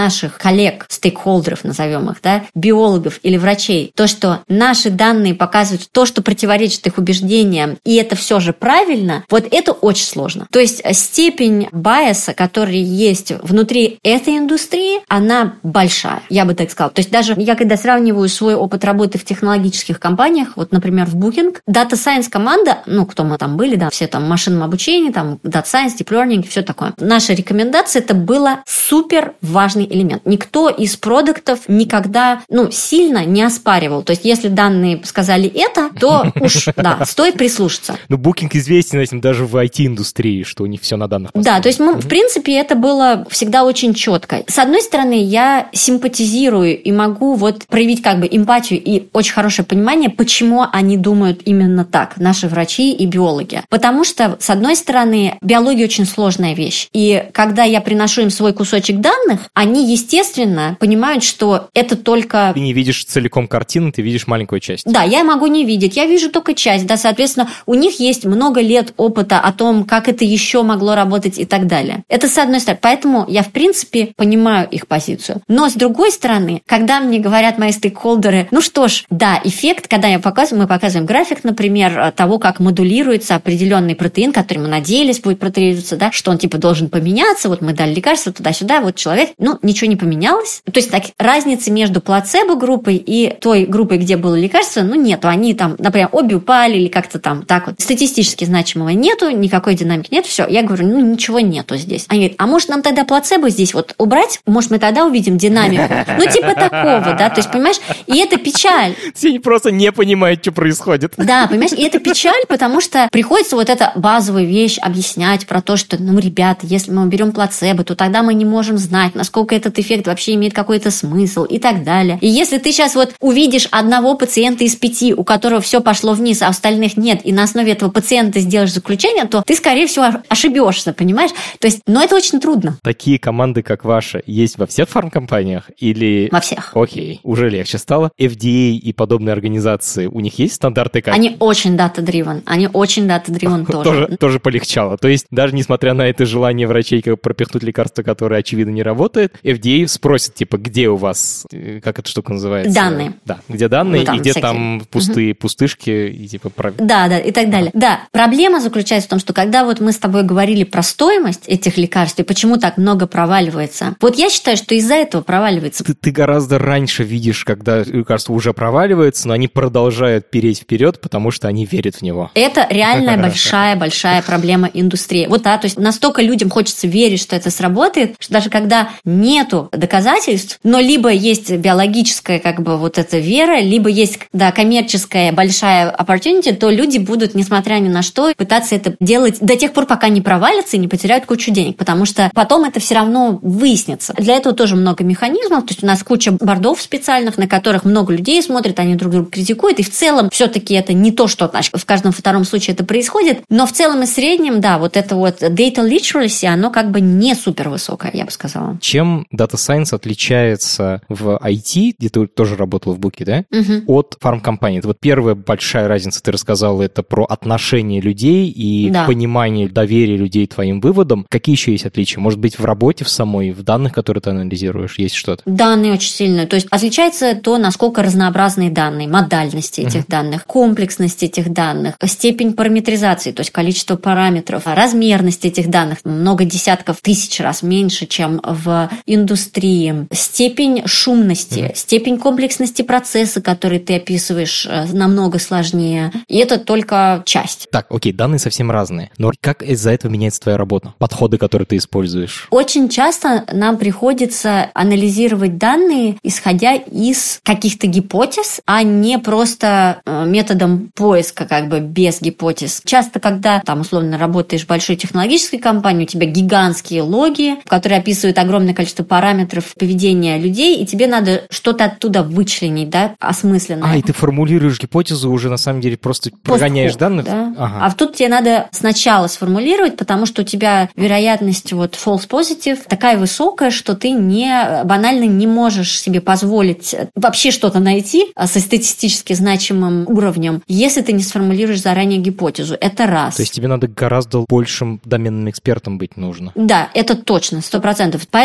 наших коллег, стейкхолдеров, назовем их, да, биологов или врачей, то, что наши данные показывают то, что противоречит их убеждениям, и это все же правильно, вот это очень сложно. То есть степень байеса, который есть внутри этой индустрии, она большая, я бы так сказала. То есть даже я, когда сравниваю свой опыт работы в технологических компаниях, вот, например, в Booking, Data Science команда, ну, кто мы там были, да, все там машинном обучении, там, Data Science, Deep Learning, все такое. Наша рекомендация, это было супер важный элемент. Никто из продуктов никогда, ну, сильно не оспаривал. То есть, если данные сказали это, то уж, да, стоит прислушаться. Ну, Booking известен этим даже в ай ти-индустрии, что у них все на данных. Да, то есть, мы, в принципе, это было всегда очень четко. С одной стороны, я симпатизирую и могу вот проявить как бы эмпатию и очень хорошее понимание, почему они думают именно так, наши врачи и биологи. Потому что, с одной стороны, биология очень сложная вещь. И когда я приношу им свой кусочек данных, они, естественно, понимают, что это только... Ты не видишь целиком картину, ты видишь маленькую часть. Да, я могу не видеть, я вижу только часть. Да, соответственно, у них есть много лет опыта о том, как это еще могло работать и так далее. Это с одной стороны. Поэтому я, в принципе, понимаю их позицию. Но, с другой стороны, когда мне говорят мои стейкхолдеры, ну что ж, да, эффект, когда я показываю, мы показываем график, например, того, как модулируется определенный протеин, который мы надеялись будет протеинироваться, да, что он типа должен поменяться, вот мы дали лекарство туда-сюда, вот человек, ну, ничего не поменялось. То есть так, разницы между плацебо-группой и той группой, где было лекарство, ну, нету. Они там, например, обе упали или как-то там так вот. Статистически значимого нету, никакой динамики нет, все. Я говорю, ну, ничего нету здесь. Они говорят, а может нам тогда плацебо здесь вот убрать? Может, мы тогда увидим динамику? Ну, типа такого, да, то есть, понимаешь, и это печаль. Все они просто не понимают, что происходит. Да, понимаешь, и это печаль, потому что приходится вот эта базовая вещь объяснять про то, что, ну, ребята, если мы берем плацебо, то тогда мы не можем знать, насколько этот эффект вообще имеет какой-то смысл и так далее. И если ты сейчас вот увидишь одного пациента из пяти, у которого все пошло вниз, а остальных нет, и на основе этого пациента сделаешь заключение, то ты, скорее всего, ошибешься, понимаешь? То есть, но это очень трудно. Такие команды, как ваша, есть во всех фармкомпаниях или... Во всех. Окей, уже легче стало. эф ди эй и подобные организации, у них есть стандарты как? Они очень data-driven, они очень data-driven тоже. тоже. Тоже полегчало. То есть, даже несмотря на это желание врачей как пропихнуть лекарство, которое, очевидно, не работает, эф ди эй спросит, типа, где у вас, как эта штука называется? Данные. Да, где данные, ну, там и где всякие. Там пустые угу. пустышки, и типа... Прав... Да, да, и так далее. Да. да, проблема заключается в том, что когда вот мы с тобой говорили про стоимость этих лекарств и почему так много проваливается, вот я считаю, что из-за этого проваливается. Ты, ты гораздо раньше видишь, когда лекарство уже проваливается, но они продолжают переть вперед, потому что они верят в него. Это реальная большая-большая проблема индустрии. Вот, да, то есть настолько людям хочется верить, что это сработает, что даже когда нету доказательств, но либо есть биологическая как бы вот эта вера, либо есть, да, коммерческая большая opportunity, то люди будут, несмотря ни на что, пытаться это делать до тех пор, пока не провалятся и не потеряют кучу денег, потому что потом это все равно выяснится. Для этого тоже много механизмов, то есть у нас куча бордов специальных, на которых много людей смотрят, они друг друга критикуют, и в целом все-таки это не то, что, значит, в каждом втором случае это происходит, но в целом и среднем, да, вот это вот data literacy, оно как бы не супер высокое, я бы сказала. Чем Data Science отличается в ай ти, где ты тоже работала в Буке, да, угу. от фармкомпании? Это вот первая большая разница, ты рассказала, это про отношение людей и да. понимание, доверие людей твоим выводам. Какие еще есть отличия? Может быть, в работе в самой, в данных, которые ты анализируешь, есть что-то? Данные очень сильные. То есть отличается то, насколько разнообразные данные, модальности этих uh-huh. данных, комплексность этих данных, степень параметризации, то есть количество параметров, размерность этих данных много десятков тысяч раз меньше, чем в индустрии, степень шумности, uh-huh. степень комплексности процесса, который ты описываешь, намного сложнее. И это только часть. Так, окей, данные совсем разные. Но как из-за этого меняется твоя работа? Подходы, которые ты используешь? Очень часто нам приходится анализировать данные, исходя из каких-то гипотез, а не просто методом поиска, как бы без гипотез. Часто, когда там, условно, работаешь в большой технологической компании, у тебя гигантские логи, которые описывают огромное количество параметров поведения людей, и тебе надо что-то оттуда вычленить, да, осмысленное. А, и ты формулируешь гипотезу, уже на самом деле просто прогоняешь данных? Да. Ага. А тут тебе надо сначала сформулировать, потому что у тебя вероятность вот false positive такая высокая, что ты не, банально не можешь себе позволить вообще что-то найти со статистически значимым уровнем, если ты не сформулируешь заранее гипотезу. Это раз. То есть тебе надо гораздо большим доменным экспертом быть нужно. Да, это точно, сто процентов. Поэтому мы всегда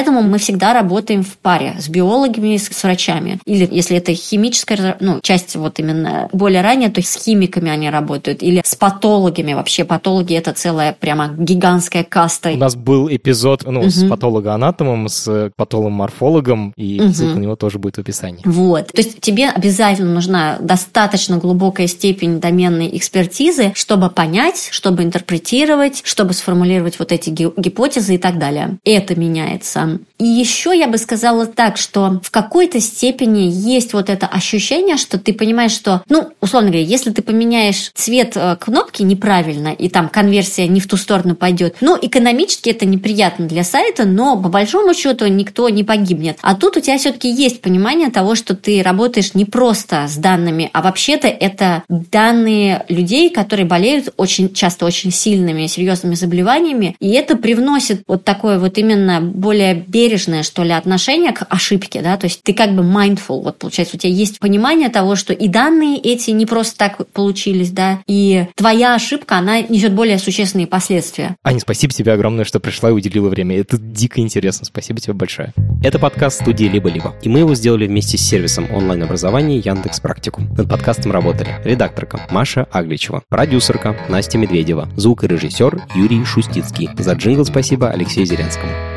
всегда работаем в паре с биологами, с, с врачами. Или если это химическая, ну, часть вот именно более ранее, то с химиками они работают. Или с патологами. Вообще патологи – это целая прямо гигантская каста. У нас был эпизод ну, угу. с патологоанатомом, с патологом-морфологом, и угу. ссылка на него тоже будет в описании. Вот. То есть тебе обязательно нужна достаточно глубокая степень доменной экспертизы, чтобы понять, чтобы интерпретировать, чтобы сформулировать вот эти гипотезы и так далее. Это меняется. И еще я бы сказала так, что в какой-то степени есть вот это ощущение, что ты понимаешь, что, ну, условно говоря, если ты поменяешь цвет кнопки неправильно, и там конверсия не в ту сторону пойдет, ну, экономически это неприятно для сайта, но по большому счету никто не погибнет. А тут у тебя все-таки есть понимание того, что ты работаешь не просто с данными, а вообще-то это данные людей, которые болеют очень часто очень сильными, серьезными заболеваниями, и это привносит вот такое вот именно более бережное, что ли, отношение к ошибке, да, то есть ты как бы mindful, вот получается, у тебя есть понимание того, что и данные эти не просто так получились, да, и твоя ошибка, она несет более существенные последствия. Аня, спасибо тебе огромное, что пришла и уделила время. Это дико интересно. Спасибо тебе большое. Это подкаст студии «Либо-либо», и мы его сделали вместе с сервисом онлайн-образования Яндекс.Практикум. Над подкастом работали редакторка Маша Агличева, продюсерка Настя Медведева, звукорежиссер Юрий Шустицкий. За джингл спасибо Алексею Зеленскому.